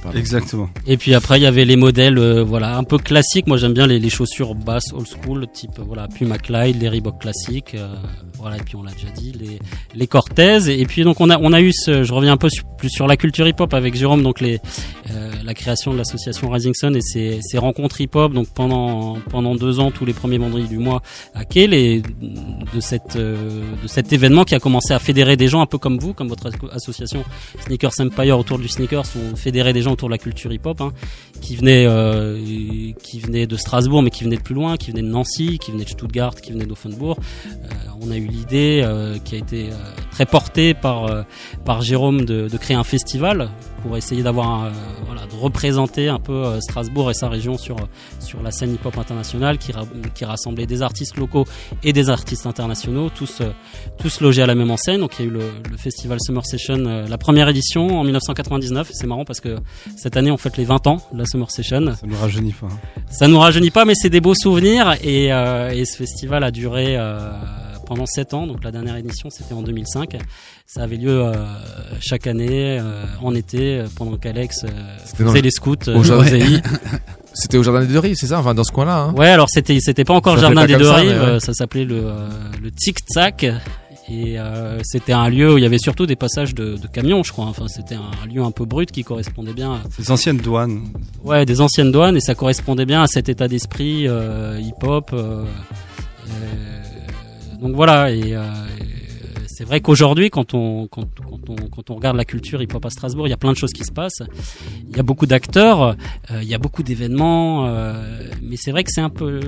Voilà. Exactement. Et puis après il y avait les modèles euh, voilà un peu classiques. Moi j'aime bien les, les chaussures basses old school type euh, voilà Puma Clyde, les Reebok classiques euh, voilà et puis on l'a déjà dit les les Cortez et puis donc on a on a eu ce, je reviens un peu sur, plus sur la culture hip hop avec Jérôme donc les euh, la création de l'association Rising Sun et ses, ses rencontres hip hop donc pendant pendant deux ans tous les premiers vendredis du mois à Kehl et de cette euh, de cet événement qui a commencé à fédérer des gens un peu comme vous comme votre association Sneakers Empire autour du sneakers ont fédéré des gens autour de la culture hip hop hein, qui venaient euh, qui venaient de Strasbourg mais qui venaient de plus loin qui venaient de Nancy qui venaient de Stuttgart qui venaient d'Offenbourg euh, on a eu l'idée euh, qui a été euh, très portée par euh, par Jérôme de, de créer un festival pour essayer d'avoir euh, voilà de représenter un peu euh, Strasbourg et sa région sur sur la scène hip-hop internationale qui ra- qui rassemblait des artistes locaux et des artistes internationaux tous euh, tous logés à la même enseigne donc il y a eu le, le festival Summer Session euh, la première édition en dix-neuf cent quatre-vingt-dix-neuf c'est marrant parce que cette année on fête les vingt ans de la Summer Session ça nous rajeunit pas hein. ça nous rajeunit pas mais c'est des beaux souvenirs et euh, et ce festival a duré euh, pendant sept ans, donc la dernière édition c'était en deux mille cinq. Ça avait lieu euh, chaque année euh, en été euh, pendant qu'Alex euh, faisait les scouts euh, au jardin. C'était au jardin des Deux Rives, c'est ça, enfin dans ce coin-là. Hein. Ouais, alors c'était c'était pas encore le jardin des Deux ça, Rives, ouais. ça s'appelait le euh, le Tic Tac. Et euh, c'était un lieu où il y avait surtout des passages de, de camions, je crois. Enfin, c'était un lieu un peu brut qui correspondait bien. À... Des anciennes douanes. Ouais, des anciennes douanes, et ça correspondait bien à cet état d'esprit euh, hip-hop. Euh, euh, donc voilà, et, euh, c'est vrai qu'aujourd'hui, quand on, quand, quand, on, quand on regarde la culture hip-hop à Strasbourg, il y a plein de choses qui se passent. Il y a beaucoup d'acteurs, euh, il y a beaucoup d'événements, euh, mais c'est vrai que c'est un peu...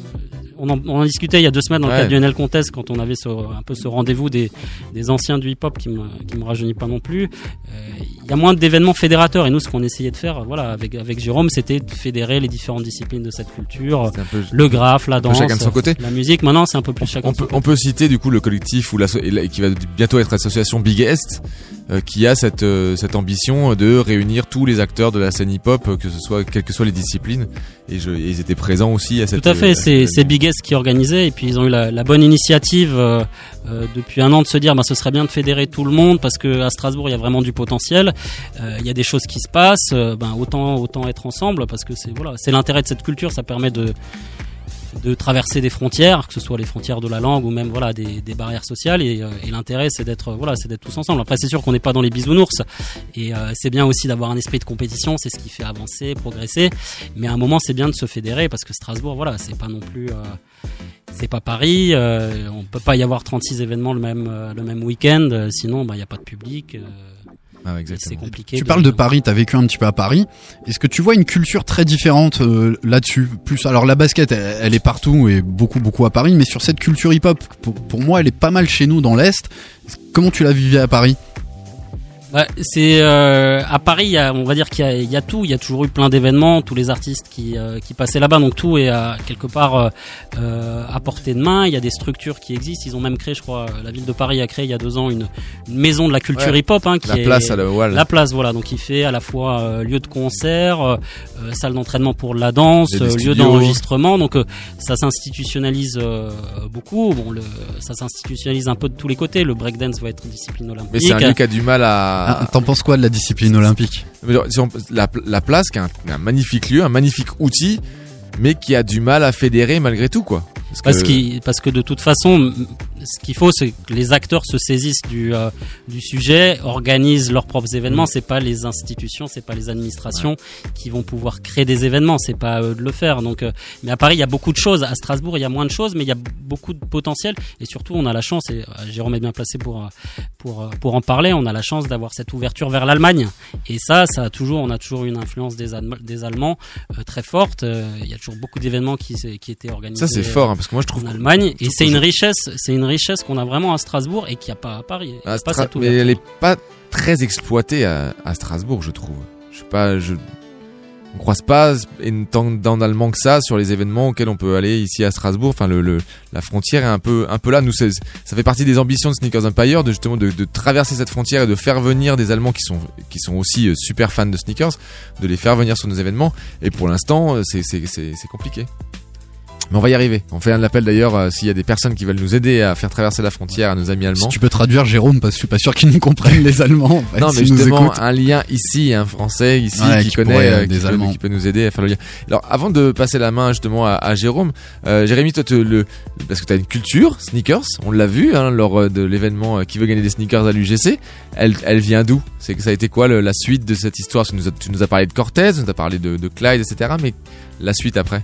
On en, on en discutait il y a deux semaines dans le ouais. cadre du N L Contest quand on avait ce, un peu ce rendez-vous des, des anciens du hip-hop qui me, qui me rajeunit pas non plus. Euh, il y a moins d'événements fédérateurs et nous ce qu'on essayait de faire, voilà, avec avec Jérôme, c'était de fédérer les différentes disciplines de cette culture, peu, le graphe, la danse, chacun de son côté. la musique. Maintenant c'est un peu plus chacun. On de son peut côté. on peut citer du coup le collectif ou la qui va bientôt être l'association Big Est euh, qui a cette euh, cette ambition de réunir tous les acteurs de la scène hip-hop que ce soit quelles que soient les disciplines et, je, et ils étaient présents aussi à cette. Tout à fait, euh, c'est c'est Big Est qui organisait et puis ils ont eu la, la bonne initiative euh, euh, depuis un an de se dire bah ce serait bien de fédérer tout le monde parce que à Strasbourg il y a vraiment du potentiel, euh, il y a des choses qui se passent, euh, ben autant autant être ensemble parce que c'est voilà c'est l'intérêt de cette culture, ça permet de de traverser des frontières, que ce soit les frontières de la langue ou même voilà des, des barrières sociales et, euh, et l'intérêt c'est d'être voilà c'est d'être tous ensemble. Après c'est sûr qu'on n'est pas dans les bisounours et euh, c'est bien aussi d'avoir un esprit de compétition, c'est ce qui fait avancer, progresser. Mais à un moment c'est bien de se fédérer parce que Strasbourg voilà c'est pas non plus euh, c'est pas Paris, euh, on peut pas y avoir trente-six événements le même euh, le même week-end, euh, sinon bah il y a pas de public. Euh, Ah, c'est compliqué. Tu de... parles de Paris, t'as vécu un petit peu à Paris. Est-ce que tu vois une culture très différente euh, là-dessus? Plus, alors la basket, elle, elle est partout et beaucoup, beaucoup à Paris, mais sur cette culture hip-hop, pour, pour moi, elle est pas mal chez nous dans l'Est. Comment tu l'as vivée à Paris? Ouais, c'est euh, à Paris, il y a, on va dire qu'il y a, il y a tout. Il y a toujours eu plein d'événements, tous les artistes qui euh, qui passaient là-bas, donc tout est à, quelque part euh, à portée de main. Il y a des structures qui existent. Ils ont même créé, je crois, la ville de Paris a créé il y a deux ans une, une maison de la culture ouais, hip-hop, hein, qui la est place à la Wall. La place, voilà, donc il fait à la fois euh, lieu de concert, euh, salle d'entraînement pour la danse, euh, lieu d'enregistrement. Donc euh, ça s'institutionnalise euh, beaucoup. Bon, le, ça s'institutionnalise un peu de tous les côtés. Le breakdance va être discipline olympique. Mais c'est un lieu qui a du mal à Ah, t'en penses quoi de la discipline olympique? la, la place, qui est un, un magnifique lieu, un magnifique outil, mais qui a du mal à fédérer malgré tout, quoi. Parce, parce, que... parce que de toute façon, ce qu'il faut, c'est que les acteurs se saisissent du euh, du sujet, organisent leurs propres événements. Mmh. C'est pas les institutions, c'est pas les administrations ouais. qui vont pouvoir créer des événements. C'est pas à eux de le faire. Donc, euh, mais à Paris, il y a beaucoup de choses. À Strasbourg, il y a moins de choses, mais il y a beaucoup de potentiel. Et surtout, on a la chance. Et euh, Jérôme est bien placé pour pour pour en parler. On a la chance d'avoir cette ouverture vers l'Allemagne. Et ça, ça a toujours, on a toujours une influence des Allemands, des Allemands euh, très forte. Euh, il y a toujours beaucoup d'événements qui qui étaient organisés. Ça, c'est fort, hein, parce que moi, je trouve en Allemagne. Et c'est une richesse, c'est une richesse qu'on a vraiment à Strasbourg et qu'il n'y a pas à Paris. À pas Stra- cette mais elle est pas très exploitée à, à Strasbourg, je trouve. Je sais pas, je on croise pas tant d'Allemands que ça sur les événements auxquels on peut aller ici à Strasbourg. Enfin, le, le la frontière est un peu un peu là. Nous, c'est, ça fait partie des ambitions de Sneakers Empire, de justement de, de traverser cette frontière et de faire venir des Allemands qui sont qui sont aussi super fans de sneakers, de les faire venir sur nos événements. Et pour l'instant, c'est c'est c'est, c'est compliqué. Mais on va y arriver. On fait un appel d'ailleurs euh, s'il y a des personnes qui veulent nous aider à faire traverser la frontière à nos amis allemands. Si tu peux traduire Jérôme, parce que je suis pas sûr qu'ils nous comprennent les Allemands. En fait, non, mais justement, un lien ici, un Français ici ouais, qui, qui connaît, pourrait, euh, des qui, Allemands. peut, qui peut nous aider à faire le lien. Alors, avant de passer la main justement à, à Jérôme, euh, Jérémy, toi, te, le, parce que tu as une culture sneakers, on l'a vu hein, lors de l'événement euh, Qui veut gagner des sneakers à l'U G C. Elle, elle vient d'où? C'est que ça a été quoi le, la suite de cette histoire? Tu nous, as, tu nous as parlé de Cortez, tu nous as parlé de, de Clyde, et cetera. Mais la suite après?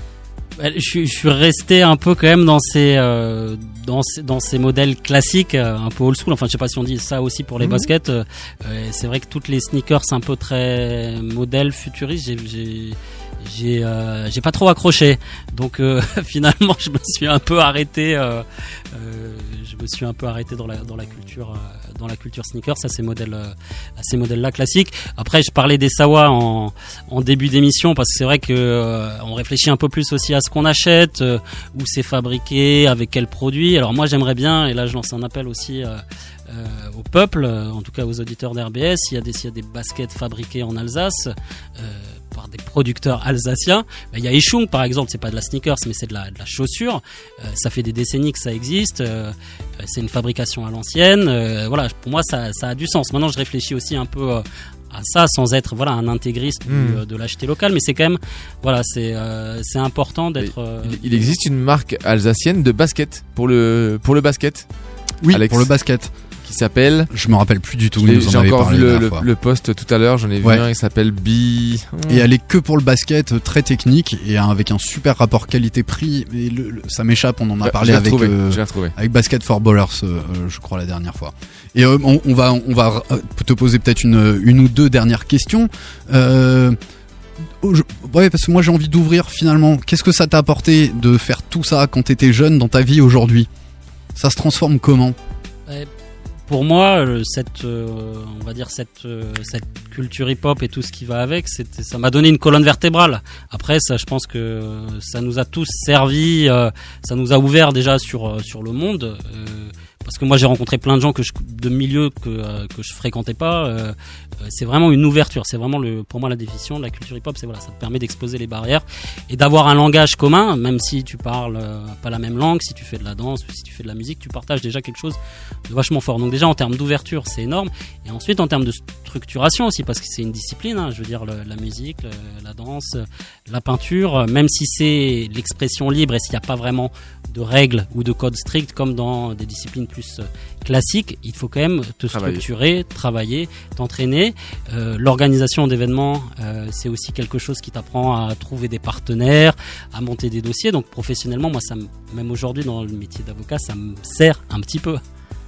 Je, je suis resté un peu quand même dans ces euh, dans ces, dans ces modèles classiques, euh, un peu old school. Enfin, je sais pas si on dit ça aussi pour les mmh. baskets. Euh, c'est vrai que toutes les sneakers un peu très modèles futuristes, j'ai, j'ai j'ai euh, j'ai pas trop accroché. Donc euh, finalement, je me suis un peu arrêté. Euh, euh, je me suis un peu arrêté dans la dans la culture. Euh, dans la culture sneakers, à ces modèles, à ces modèles-là classiques. Après, je parlais des Sawa en, en début d'émission parce que c'est vrai que euh, on réfléchit un peu plus aussi à ce qu'on achète, euh, où c'est fabriqué, avec quel produit. Alors moi, j'aimerais bien, et là, je lance un appel aussi euh, euh, au peuple, en tout cas aux auditeurs d'R B S, s'il y a des, s'il y a des baskets fabriquées en Alsace. Euh, par des producteurs alsaciens. Il y a Eichung par exemple, c'est pas de la sneakers mais c'est de la, de la chaussure. Euh, ça fait des décennies que ça existe. Euh, c'est une fabrication à l'ancienne. Euh, voilà, pour moi ça, ça a du sens. Maintenant je réfléchis aussi un peu euh, à ça sans être voilà un intégriste mmh. du, euh, de l'acheter local, mais c'est quand même voilà c'est euh, c'est important d'être. Euh, il, il existe une marque alsacienne de basket pour le pour le basket. Oui, Alex. pour le basket. Qui s'appelle. Je me rappelle plus du tout. J'ai, j'ai encore vu le, le, le post tout à l'heure. J'en ai vu ouais. un. Il s'appelle B. Et elle est que pour le basket, très technique et avec un super rapport qualité-prix. Et le, le, ça m'échappe. On en a parlé avec euh, avec Basket for Ballers, euh, je crois la dernière fois. Et euh, on, on va on va te poser peut-être une une ou deux dernières questions. Euh, Je, ouais, parce que moi j'ai envie d'ouvrir finalement. Qu'est-ce que ça t'a apporté de faire tout ça quand t'étais jeune dans ta vie aujourd'hui? Ça se transforme comment? ouais, Pour moi, cette, euh, on va dire cette, euh, cette culture hip-hop et tout ce qui va avec, c'était, ça m'a donné une colonne vertébrale. Après, ça, je pense que ça nous a tous servi, euh, ça nous a ouvert déjà sur sur le monde. Euh, Parce que moi j'ai rencontré plein de gens que je, de milieux que euh, que je fréquentais pas. Euh, c'est vraiment une ouverture. C'est vraiment le, pour moi la définition de la culture hip-hop. C'est voilà, ça te permet d'exposer les barrières et d'avoir un langage commun, même si tu parles euh, pas la même langue, si tu fais de la danse ou si tu fais de la musique, tu partages déjà quelque chose de vachement fort. Donc déjà en termes d'ouverture, c'est énorme. Et ensuite en termes de structuration aussi, parce que c'est une discipline. Hein, je veux dire le, la musique, le, la danse, la peinture. Même si c'est l'expression libre et s'il n'y a pas vraiment de règles ou de codes stricts comme dans des disciplines plus classiques, il faut quand même te travailler. structurer, travailler, t'entraîner. Euh, l'organisation d'événements, euh, c'est aussi quelque chose qui t'apprend à trouver des partenaires, à monter des dossiers. Donc professionnellement, moi, ça, même aujourd'hui dans le métier d'avocat, ça me sert un petit peu.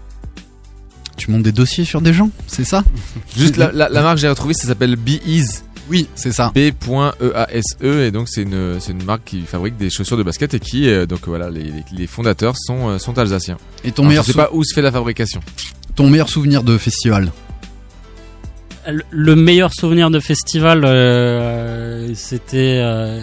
Tu montes des dossiers sur des gens, c'est ça? Juste la, la, la marque que j'ai retrouvée, ça s'appelle Bees. Oui, c'est ça. B E A S E et donc c'est une c'est une marque qui fabrique des chaussures de basket et qui euh, donc voilà les, les fondateurs sont euh, sont alsaciens. Et ton Alors, meilleur je sais sou... pas où se fait la fabrication. Ton meilleur souvenir de festival? Le, le meilleur souvenir de festival, euh, c'était. Euh,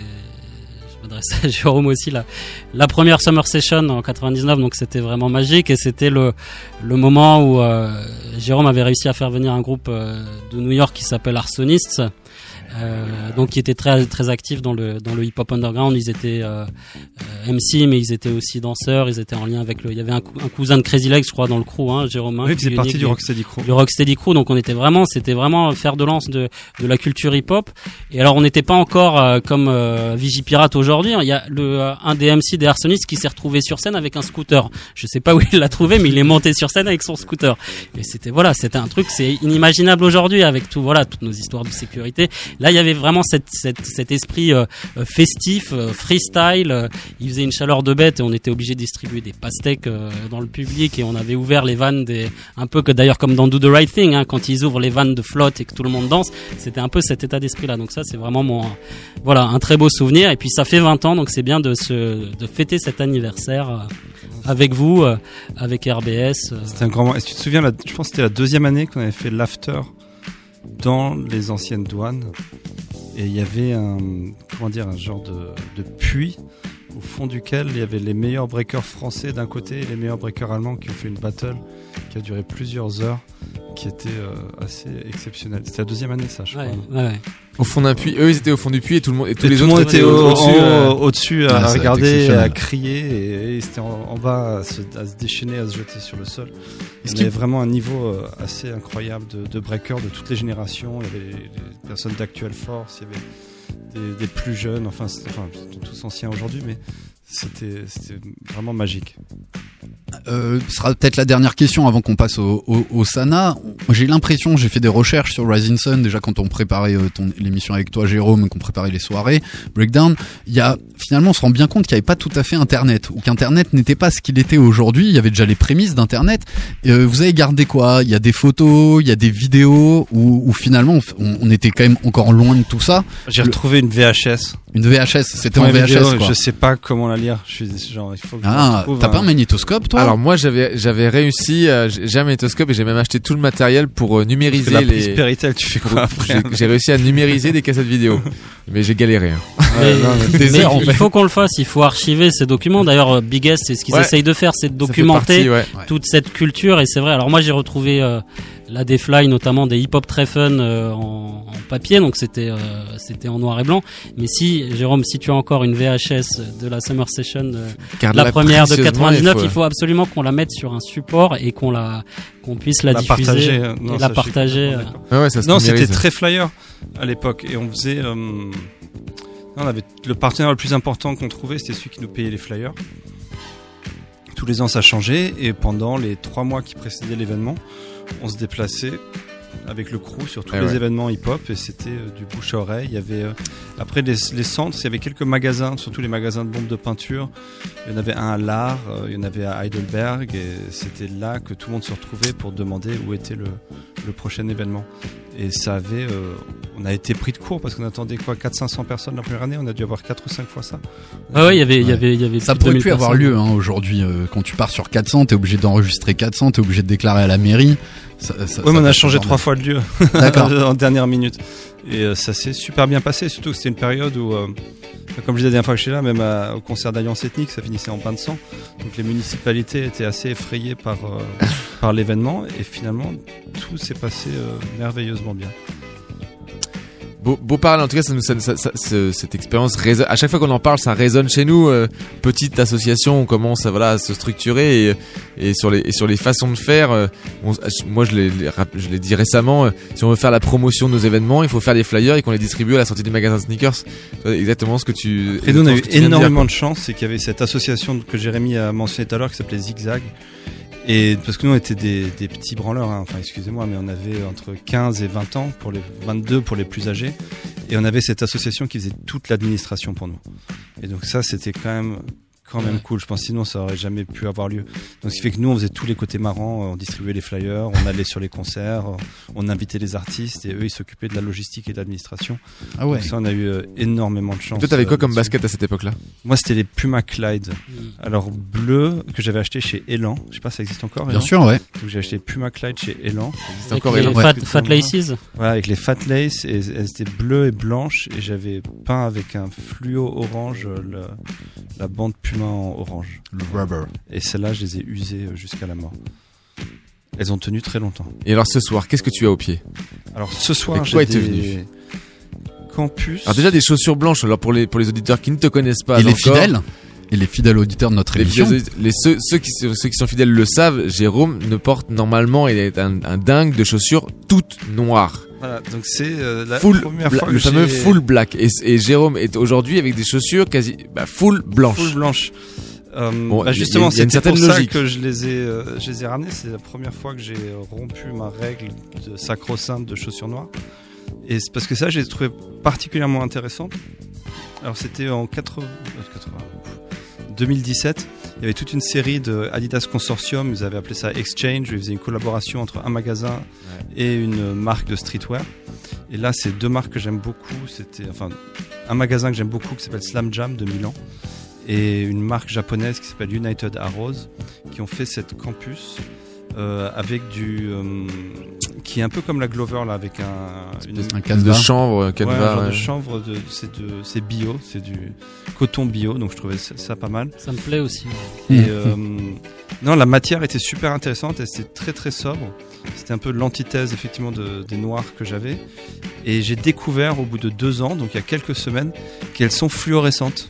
je m'adresse à Jérôme aussi la la première Summer Session en quatre-vingt-dix-neuf, donc c'était vraiment magique et c'était le le moment où euh, Jérôme avait réussi à faire venir un groupe euh, de New York qui s'appelle Arsonists. Euh, donc qui étaient très très actifs dans le dans le hip hop underground. Ils étaient euh, euh, M C mais ils étaient aussi danseurs, ils étaient en lien avec le il y avait un, un cousin de Crazy Legs je crois dans le crew hein, Jérôme. Oui, il faisait partie du Rocksteady Crew. Du Rocksteady Crew, donc on était vraiment c'était vraiment fer de lance de de la culture hip hop. Et alors on n'était pas encore euh, comme euh, Vigipirate aujourd'hui, il y a le euh, un des M C des Arsonistes qui s'est retrouvé sur scène avec un scooter. Je sais pas où il l'a trouvé mais il est monté sur scène avec son scooter. Et c'était voilà, c'était un truc c'est inimaginable aujourd'hui avec tout voilà toutes nos histoires de sécurité. Là, il y avait vraiment cette, cette, cet esprit euh, festif, euh, freestyle. Euh, il faisait une chaleur de bête et on était obligé de distribuer des pastèques euh, dans le public et on avait ouvert les vannes des, un peu que d'ailleurs comme dans Do the Right Thing, hein, quand ils ouvrent les vannes de flotte et que tout le monde danse, c'était un peu cet état d'esprit-là. Donc ça, c'est vraiment mon, voilà, un très beau souvenir. Et puis ça fait vingt ans, donc c'est bien de se, de fêter cet anniversaire euh, avec vous, euh, avec R B S. Euh. C'était un grand moment. Est-ce que tu te souviens, la, je pense que c'était la deuxième année qu'on avait fait l'after dans les anciennes douanes et il y avait un comment dire un genre de, de puits au fond duquel il y avait les meilleurs breakers français d'un côté et les meilleurs breakers allemands qui ont fait une battle qui a duré plusieurs heures qui était euh, assez exceptionnel. C'était la deuxième année, ça, je Ouais, crois. ouais, ouais. Au fond d'un puits, eux ils étaient au fond du puits et tout le monde et tous Et les tout autres le monde était au- au- au-dessus. en- euh, au-dessus Ah, à ça a été regarder, exceptionnel. à crier, et, et c'était en, en bas à se, à se déchaîner, à se jeter sur le sol. Est-ce Il y qu'il- avait vraiment un niveau euh, assez incroyable de, de breakers de toutes les générations. Il y avait les, les personnes d'Actual Force, il y avait des, des plus jeunes, enfin, c'était- enfin ils sont tous anciens aujourd'hui, mais c'était, c'était vraiment magique. Euh, ce sera peut-être la dernière question avant qu'on passe au, au, au Sana. J'ai l'impression, j'ai fait des recherches sur Rising Sun déjà quand on préparait euh, ton, l'émission avec toi Jérôme, qu'on préparait les soirées Breakdown. Il y a finalement, on se rend bien compte qu'il n'y avait pas tout à fait Internet, ou qu'Internet n'était pas ce qu'il était aujourd'hui. Il y avait déjà les prémices d'Internet. Euh, vous avez gardé quoi? Il y a des photos, il y a des vidéos, où, où finalement on, on était quand même encore loin de tout ça. J'ai Le- retrouvé une V H S. Une V H S, c'était en Première V H S vidéo, quoi. Je sais pas comment la lire. Je suis genre, il faut que je Ah, retrouve t'as pas un magnétoscope toi? Alors moi j'avais j'avais réussi, euh, j'ai j'ai un magnétoscope et j'ai même acheté tout le matériel pour euh, numériser la les. prise Péritel, tu fais quoi après? J'ai- J'ai réussi à numériser des cassettes vidéo, mais j'ai galéré. Hein. Mais, non, mais mais des heures, en il fait. faut qu'on le fasse, il faut archiver ces documents. D'ailleurs, Big S, c'est ce qu'ils Ouais. essayent de faire, c'est de Ça fait documenter partie, ouais. toute cette culture. Et c'est vrai. Alors moi, j'ai retrouvé euh, la Defly, notamment des hip-hop très fun euh, en, en papier, donc c'était euh, c'était en noir et blanc. Mais si, Jérôme, si tu as encore une V H S de la Summer Session, euh, Garde-la la première de précieusement, quatre-vingt-dix-neuf, il faut- il faut absolument qu'on la mette sur un support et qu'on la qu'on puisse la, La diffuser partager, et euh, non, la ça, je suis partager. complètement euh. d'accord. Ouais, ouais, ça se Non, c'était numérise. très flyer à l'époque, et on faisait. euh, On avait le partenaire le plus important qu'on trouvait, c'était celui qui nous payait les flyers. Tous les ans, ça changeait, et pendant les trois mois qui précédaient l'événement, on se déplaçait avec le crew sur tous Eh les ouais. événements hip-hop, et c'était euh, du bouche à oreille. Il y avait euh, après les, les centres, il y avait quelques magasins, surtout les magasins de bombes de peinture. Il y en avait un à l'Art, euh, il y en avait à Heidelberg, et c'était là que tout le monde se retrouvait pour demander où était le, le prochain événement. Et ça avait, euh, on a été pris de court parce qu'on attendait quoi, quatre cents à cinq cents personnes la première année, on a dû avoir quatre ou cinq fois ça. Ah ouais, il y avait, il y avait, il y avait Ça plus de pourrait deux mille plus avoir personnes. lieu hein, aujourd'hui. euh, quand tu pars sur quatre cents, t'es obligé d'enregistrer quatre cents, t'es obligé de déclarer à la mairie. Ça, ça, Ouais, mais ça on a passe changé pas trois fois le lieu D'accord. en dernière minute. Et euh, ça s'est super bien passé, surtout que c'était une période où, euh, comme je disais la dernière fois que j'étais là, même à- au concert d'Alliance Ethnique, ça finissait en bain de sang. Donc les municipalités étaient assez effrayées par, euh, par l'événement, et finalement tout s'est passé euh, merveilleusement bien. Beau, beau parler, en tout cas, ça nous, ça, ça, ça- ce- cette expérience résonne. À chaque fois qu'on en parle, ça résonne chez nous. euh, petite association, on commence à, voilà, à se structurer et, et sur les et sur les façons de faire. euh, on- moi, je l'ai je l'ai dit récemment. euh, si on veut faire la promotion de nos événements, il faut faire des flyers et qu'on les distribue à la sortie des magasins sneakers. C'est exactement ce que tu. Et nous, on a eu exactement ce que tu viens de dire, énormément quoi. de chance, c'est qu'il y avait cette association que Jérémy a mentionné tout à l'heure qui s'appelait Zigzag. Et parce que nous, on était des, des petits branleurs, hein. Enfin, excusez-moi, mais on avait entre quinze et vingt ans, pour les vingt-deux pour les plus âgés. Et on avait cette association qui faisait toute l'administration pour nous. Et donc ça, c'était quand même, quand même cool. Je pense sinon, ça aurait jamais pu avoir lieu. Donc ce qui fait que nous, on faisait tous les côtés marrants, on distribuait les flyers, on allait sur les concerts, on invitait les artistes, et eux, ils s'occupaient de la logistique et de l'administration. Ah ouais. Donc ça, on a eu euh, énormément de chance. Toi, t'avais quoi euh, comme là-dessus. basket à cette époque-là? Moi, c'était les Puma Clyde. Mm. Alors, bleu, que j'avais acheté chez Elan. Je sais pas, ça existe encore, Bien Elan sûr, ouais. Donc, j'ai acheté Puma Clyde chez Elan. C'est Avec encore les Elan. fat, Ouais. fat laces. Voilà, avec les Fat Lace, et elles étaient bleues et blanches, et j'avais peint avec un fluo orange euh, le- la bande Puma en orange. Le rubber. Et celles-là, je les ai usées euh, jusqu'à la mort. Elles ont tenu très longtemps. Et alors ce soir, qu'est-ce que tu as au pied? Alors, ce soir, Avec quoi j'ai es-tu des venu Campus. Alors déjà des chaussures blanches. Alors pour les pour les auditeurs qui ne te connaissent pas Et les encore, fidèles et les fidèles auditeurs de notre Les, émission. fidèles- les- ceux, ceux qui, ceux qui sont fidèles le savent, Jérôme ne porte normalement, il est un, un dingue de chaussures toutes noires. Voilà, donc c'est euh, la Full première bla- fois le que fameux j'ai- full black. Et, et Jérôme est aujourd'hui avec des chaussures quasi bah, full blanches. Full blanche. Euh, Bon, bah y a- justement, y a une c'était pour certaine ça logique. que je les ai, euh, je les ai ramenés. C'est la première fois que j'ai rompu ma règle de sacro-sainte de chaussures noires. Et c'est parce que ça, j'ai trouvé particulièrement intéressant. Alors, c'était en quatre-vingts, euh, quatre-vingts, deux mille dix-sept. Il y avait toute une série de Adidas Consortium. Ils avaient appelé ça Exchange. Ils faisaient une collaboration entre un magasin et une marque de streetwear. Et là, c'est deux marques que j'aime beaucoup. C'était, enfin, un magasin que j'aime beaucoup qui s'appelle Slam Jam de Milan, et une marque japonaise qui s'appelle United Arrows, qui ont fait cette campus euh, avec du euh, qui est un peu comme la Glover là, avec un une, Un canevas. de chanvre, ouais, un canevas. genre de ouais. chanvre de c'est de c'est bio, c'est du coton bio, donc je trouvais ça, ça pas mal. Ça me plaît aussi. Et Mmh. euh, non, la matière était super intéressante, elle était très très sobre. C'était un peu l'antithèse effectivement de, des noirs que j'avais. Et j'ai découvert au bout de deux ans, donc il y a quelques semaines, qu'elles sont fluorescentes.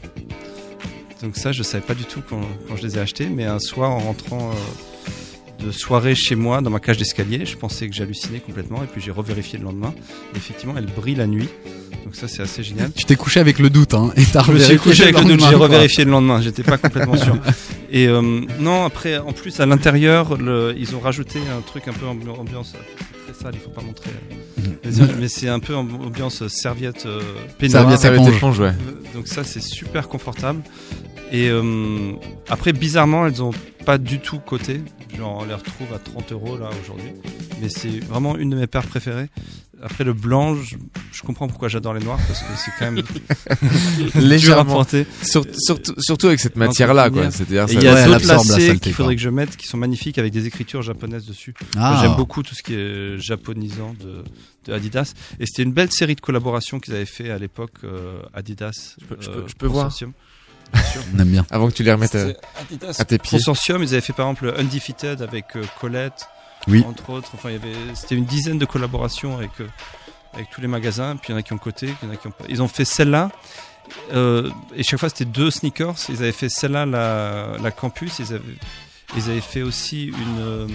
Donc ça, je savais pas du tout quand, quand je les ai achetées, mais un soir en rentrant euh, de soirée chez moi dans ma cage d'escalier, je pensais que j'hallucinais complètement, et puis j'ai revérifié le lendemain. Et effectivement, elles brillent la nuit. Donc ça, c'est assez génial. Tu t'es couché avec le doute, hein, et t'as Je me suis couché avec le doute, j'ai quoi. revérifié le lendemain, j'étais pas complètement sûr. Et euh, non, après, en plus, à l'intérieur, le, ils ont rajouté un truc un peu ambi- ambiance très sale, il faut pas montrer. Mais, mais c'est un peu ambiance serviette euh, peignoir. Serviette éponge. éponge, ouais. Donc ça, c'est super confortable. Et euh, après, bizarrement, elles ont pas du tout coté. Genre, on les retrouve à trente euros là aujourd'hui. Mais c'est vraiment une de mes paires préférées. Après le blanc, je, je comprends pourquoi j'adore les noirs parce que c'est quand même légèrement dur à porter. Sur, surtout, surtout avec cette matière-là, quoi. C'est-à-dire, et ça il y a ouais, d'autres elle absorbe la lacets saleté, qu'il faudrait quoi. que je mette qui sont magnifiques avec des écritures japonaises dessus. Ah. Moi, j'aime beaucoup tout ce qui est japonisant de, de Adidas. Et c'était une belle série de collaborations qu'ils avaient fait à l'époque euh, Adidas. Je peux, je euh, peux, je peux voir. Consortium. Bien sûr. On aime bien. Avant que tu les remettes à, C'était Adidas à tes pieds. Consortium, ils avaient fait par exemple Undefeated avec euh, Colette, Oui. entre autres. Enfin, il y avait, c'était une dizaine de collaborations avec euh, avec tous les magasins. Puis il y en a qui ont coté, il y en a qui ont pas. Ils ont fait celle-là. Euh, et chaque fois c'était deux sneakers. Ils avaient fait celle-là la, la Campus. Ils avaient ils avaient fait aussi une euh,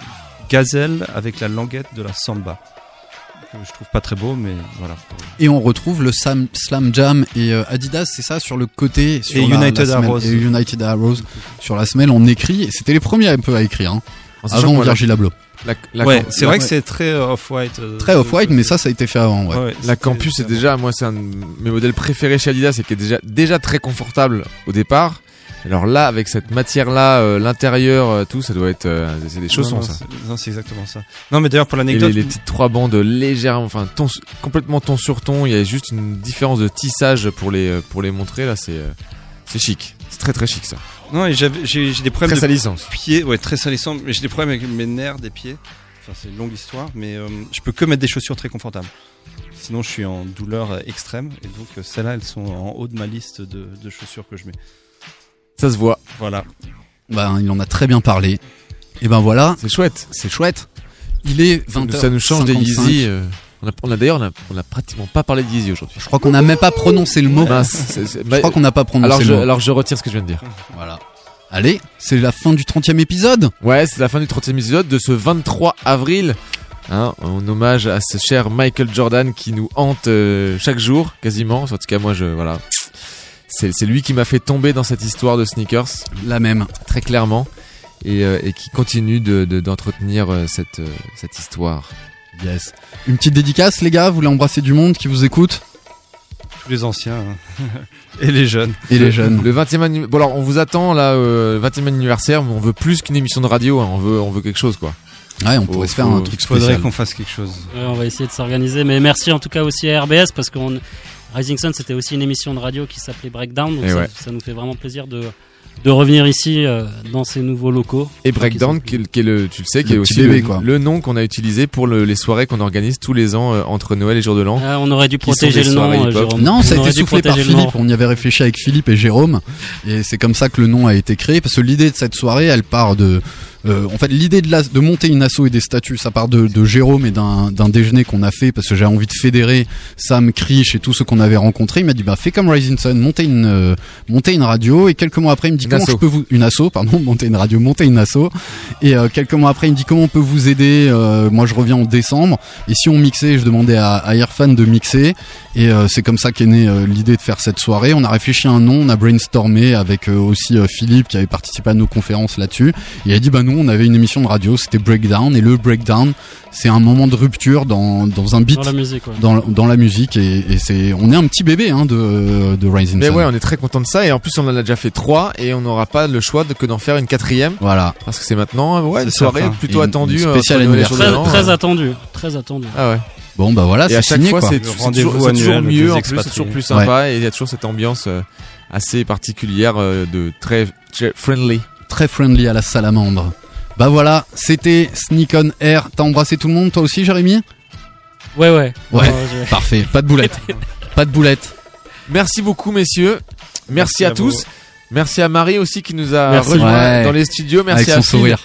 gazelle avec la languette de la Samba. Que je trouve pas très beau, mais voilà. Et on retrouve le Sam, Slam Jam et euh, Adidas, c'est ça, sur le côté. Sur Et la, United la semelle. Arrows. Et United Arrows. Sur la semelle, on écrit. Et c'était les premiers un peu à écrire. Hein, En sachant avant que moi, la- Virgil Abloh. La, la Ouais, camp- c'est la- vrai que c'est très euh, off-white. euh, Très off-white, mais ça, ça a été fait avant. Ouais. ouais, La c'était- Campus, c'est c'était- déjà, moi, c'est un de mes modèles préférés chez Adidas et qui est déjà, déjà très confortable au départ. Alors là, avec cette matière-là, euh, l'intérieur, euh, tout, ça doit être, euh, c'est des chaussons, non, non, ça. c'est- Non, c'est exactement ça. Non, mais d'ailleurs, pour Et l'anecdote. les, les petites trois bandes légèrement, enfin, ton, complètement ton sur ton. Il y a juste une différence de tissage pour les, euh, pour les montrer. Là, c'est, euh, c'est chic. C'est très très chic, ça. Non, et j'avais, j'ai, j'ai des problèmes Très de salissant. pieds. Ouais, très salissant. Mais j'ai des problèmes avec mes nerfs des pieds. Enfin, c'est une longue histoire. Mais euh, je peux que mettre des chaussures très confortables. Sinon, je suis en douleur euh, extrême. Et donc, euh, celles-là, elles sont en haut de ma liste de, de chaussures que je mets. Ça se voit. Voilà. Ben, il en a très bien parlé. Et ben voilà. C'est chouette. C'est chouette. Il est Ça nous, vingt heures ça nous change des cinquante-cinq. Yeezy. euh, on a, on a d'ailleurs, on a, on a pratiquement pas parlé de Yeezy aujourd'hui. Je crois qu'on n'a même pas prononcé le mot. Mince, c'est- c'est- Je crois qu'on n'a pas prononcé alors le je, mot. alors je retire ce que je viens de dire. Voilà. Allez, c'est la fin du trentième épisode. Ouais, c'est la fin du trentième épisode de ce vingt-trois avril. Hein, en hommage à ce cher Michael Jordan qui nous hante euh, chaque jour, quasiment. En tout cas, moi, je voilà, c'est c'est lui qui m'a fait tomber dans cette histoire de sneakers, La même. très clairement, et, euh, et qui continue de de- d'entretenir euh, cette euh, cette histoire. Yes. Une petite dédicace, les gars. Vous voulez embrasser du monde qui vous écoute Tous les anciens. hein. Et les jeunes. et les jeunes. Le vingtième anniversaire. Bon alors, on vous attend là, euh, vingtième anniversaire, mais on veut plus qu'une émission de radio. Hein, on veut on veut quelque chose, quoi. Ouais, on Faut- pourrait se faire faut- un truc Il faudrait spécial. qu'on fasse quelque chose. Ouais, on va essayer de s'organiser. Mais merci en tout cas aussi à R B S parce que Rising Sun c'était aussi une émission de radio qui s'appelait Breakdown. Donc Et ça, ouais. ça nous fait vraiment plaisir de, de revenir ici euh, dans ces nouveaux locaux. Et Donc, Breakdown, ils qui sont- est, qui est le, tu le sais, qui Le est petit aussi bébé, le, quoi. le nom qu'on a utilisé pour le- les soirées qu'on organise tous les ans euh, entre Noël et Jour de l'An. Ah, on aurait dû Qui sont protéger des le nom, soirées euh, hip-hop. Jérôme. Non, ça a On été aurait dû soufflé par protéger le nom. Philippe. On y avait réfléchi avec Philippe et Jérôme, et c'est comme ça que le nom a été créé. Parce que l'idée de cette soirée, elle part de, euh, en fait, l'idée de, la, de monter une asso et des statuts, ça part de, de Jérôme et d'un, d'un déjeuner qu'on a fait parce que j'ai envie de fédérer Sam, Krish et tous ceux qu'on avait rencontrés. Il m'a dit bah fais comme Rising Sun, montez une, euh, montez une radio. Et quelques mois après, il me dit Une comment asso. je peux vous une asso, pardon, monter une radio, monter une asso. Et euh, quelques mois après, il me dit comment on peut vous aider. Euh, moi, je reviens en décembre. Et si on mixait, je demandais à, à Irfan de mixer. Et euh, c'est comme ça qu'est née euh, l'idée de faire cette soirée. On a réfléchi à un nom, on a brainstormé avec euh, aussi euh, Philippe qui avait participé à nos conférences là-dessus. Et il a dit bah nous on avait une émission de radio, c'était Breakdown, et le Breakdown c'est un moment de rupture dans dans un beat, Dans la musique, ouais. dans, dans la musique, et, et c'est on est un petit bébé hein, de de Rising Mais Sun. ouais, on est très content de ça et en plus on en a déjà fait trois et on n'aura pas le choix de, que d'en faire une quatrième Voilà. parce que c'est maintenant ouais, une C'est soirée certain. plutôt Et une- attendue. une euh, spéciale entre Noël et Jour de Très, l'An, très euh. attendu, très attendu. Ah ouais. Bon bah voilà, Et c'est à chaque signé fois quoi. c'est Le c'est toujours, rendez-vous c'est toujours annuel mieux des en plus, c'est expatriés. toujours plus sympa et il y a toujours cette ambiance euh, assez particulière euh, de très, très friendly. Très friendly à la salamandre. Bah voilà, c'était Sneak on Air. T'as embrassé tout le monde, toi aussi, Jérémy? Ouais, ouais. Ouais, Euh, je- parfait. Pas de boulette. Pas de boulette. Merci beaucoup messieurs. Merci, Merci à, à tous. vous. Merci à Marie aussi qui nous a Merci. rejoint Ouais. dans les studios. Merci Avec à son Phil sourire.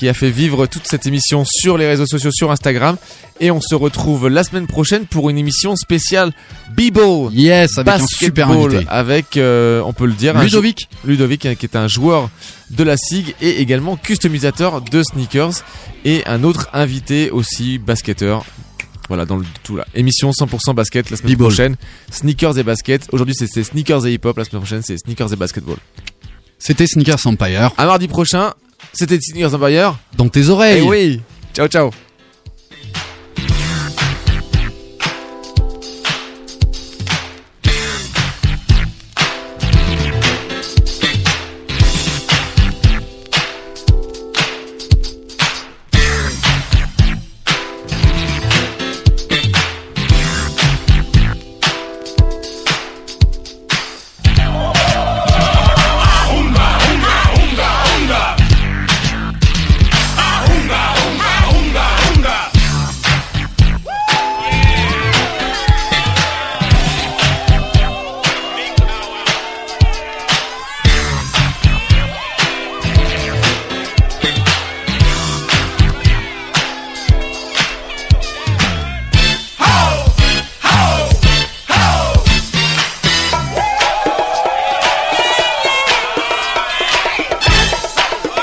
qui a fait vivre toute cette émission sur les réseaux sociaux, sur Instagram. Et on se retrouve la semaine prochaine pour une émission spéciale B-Ball. Yes, avec un super invité. Avec, euh, on peut le dire, Ludovic. Un jou- Ludovic, hein, qui est un joueur de la S I G et également customisateur de sneakers. Et un autre invité aussi, basketteur. Voilà, dans le tout là. Émission cent pour cent basket la semaine B-ball. prochaine. Sneakers et basket. Aujourd'hui, c'est, c'est sneakers et hip-hop. La semaine prochaine, c'est sneakers et basketball. C'était Sneakers Empire. À mardi prochain, c'était Sneakers Empire. Dans tes oreilles. Et oui. Ciao, ciao.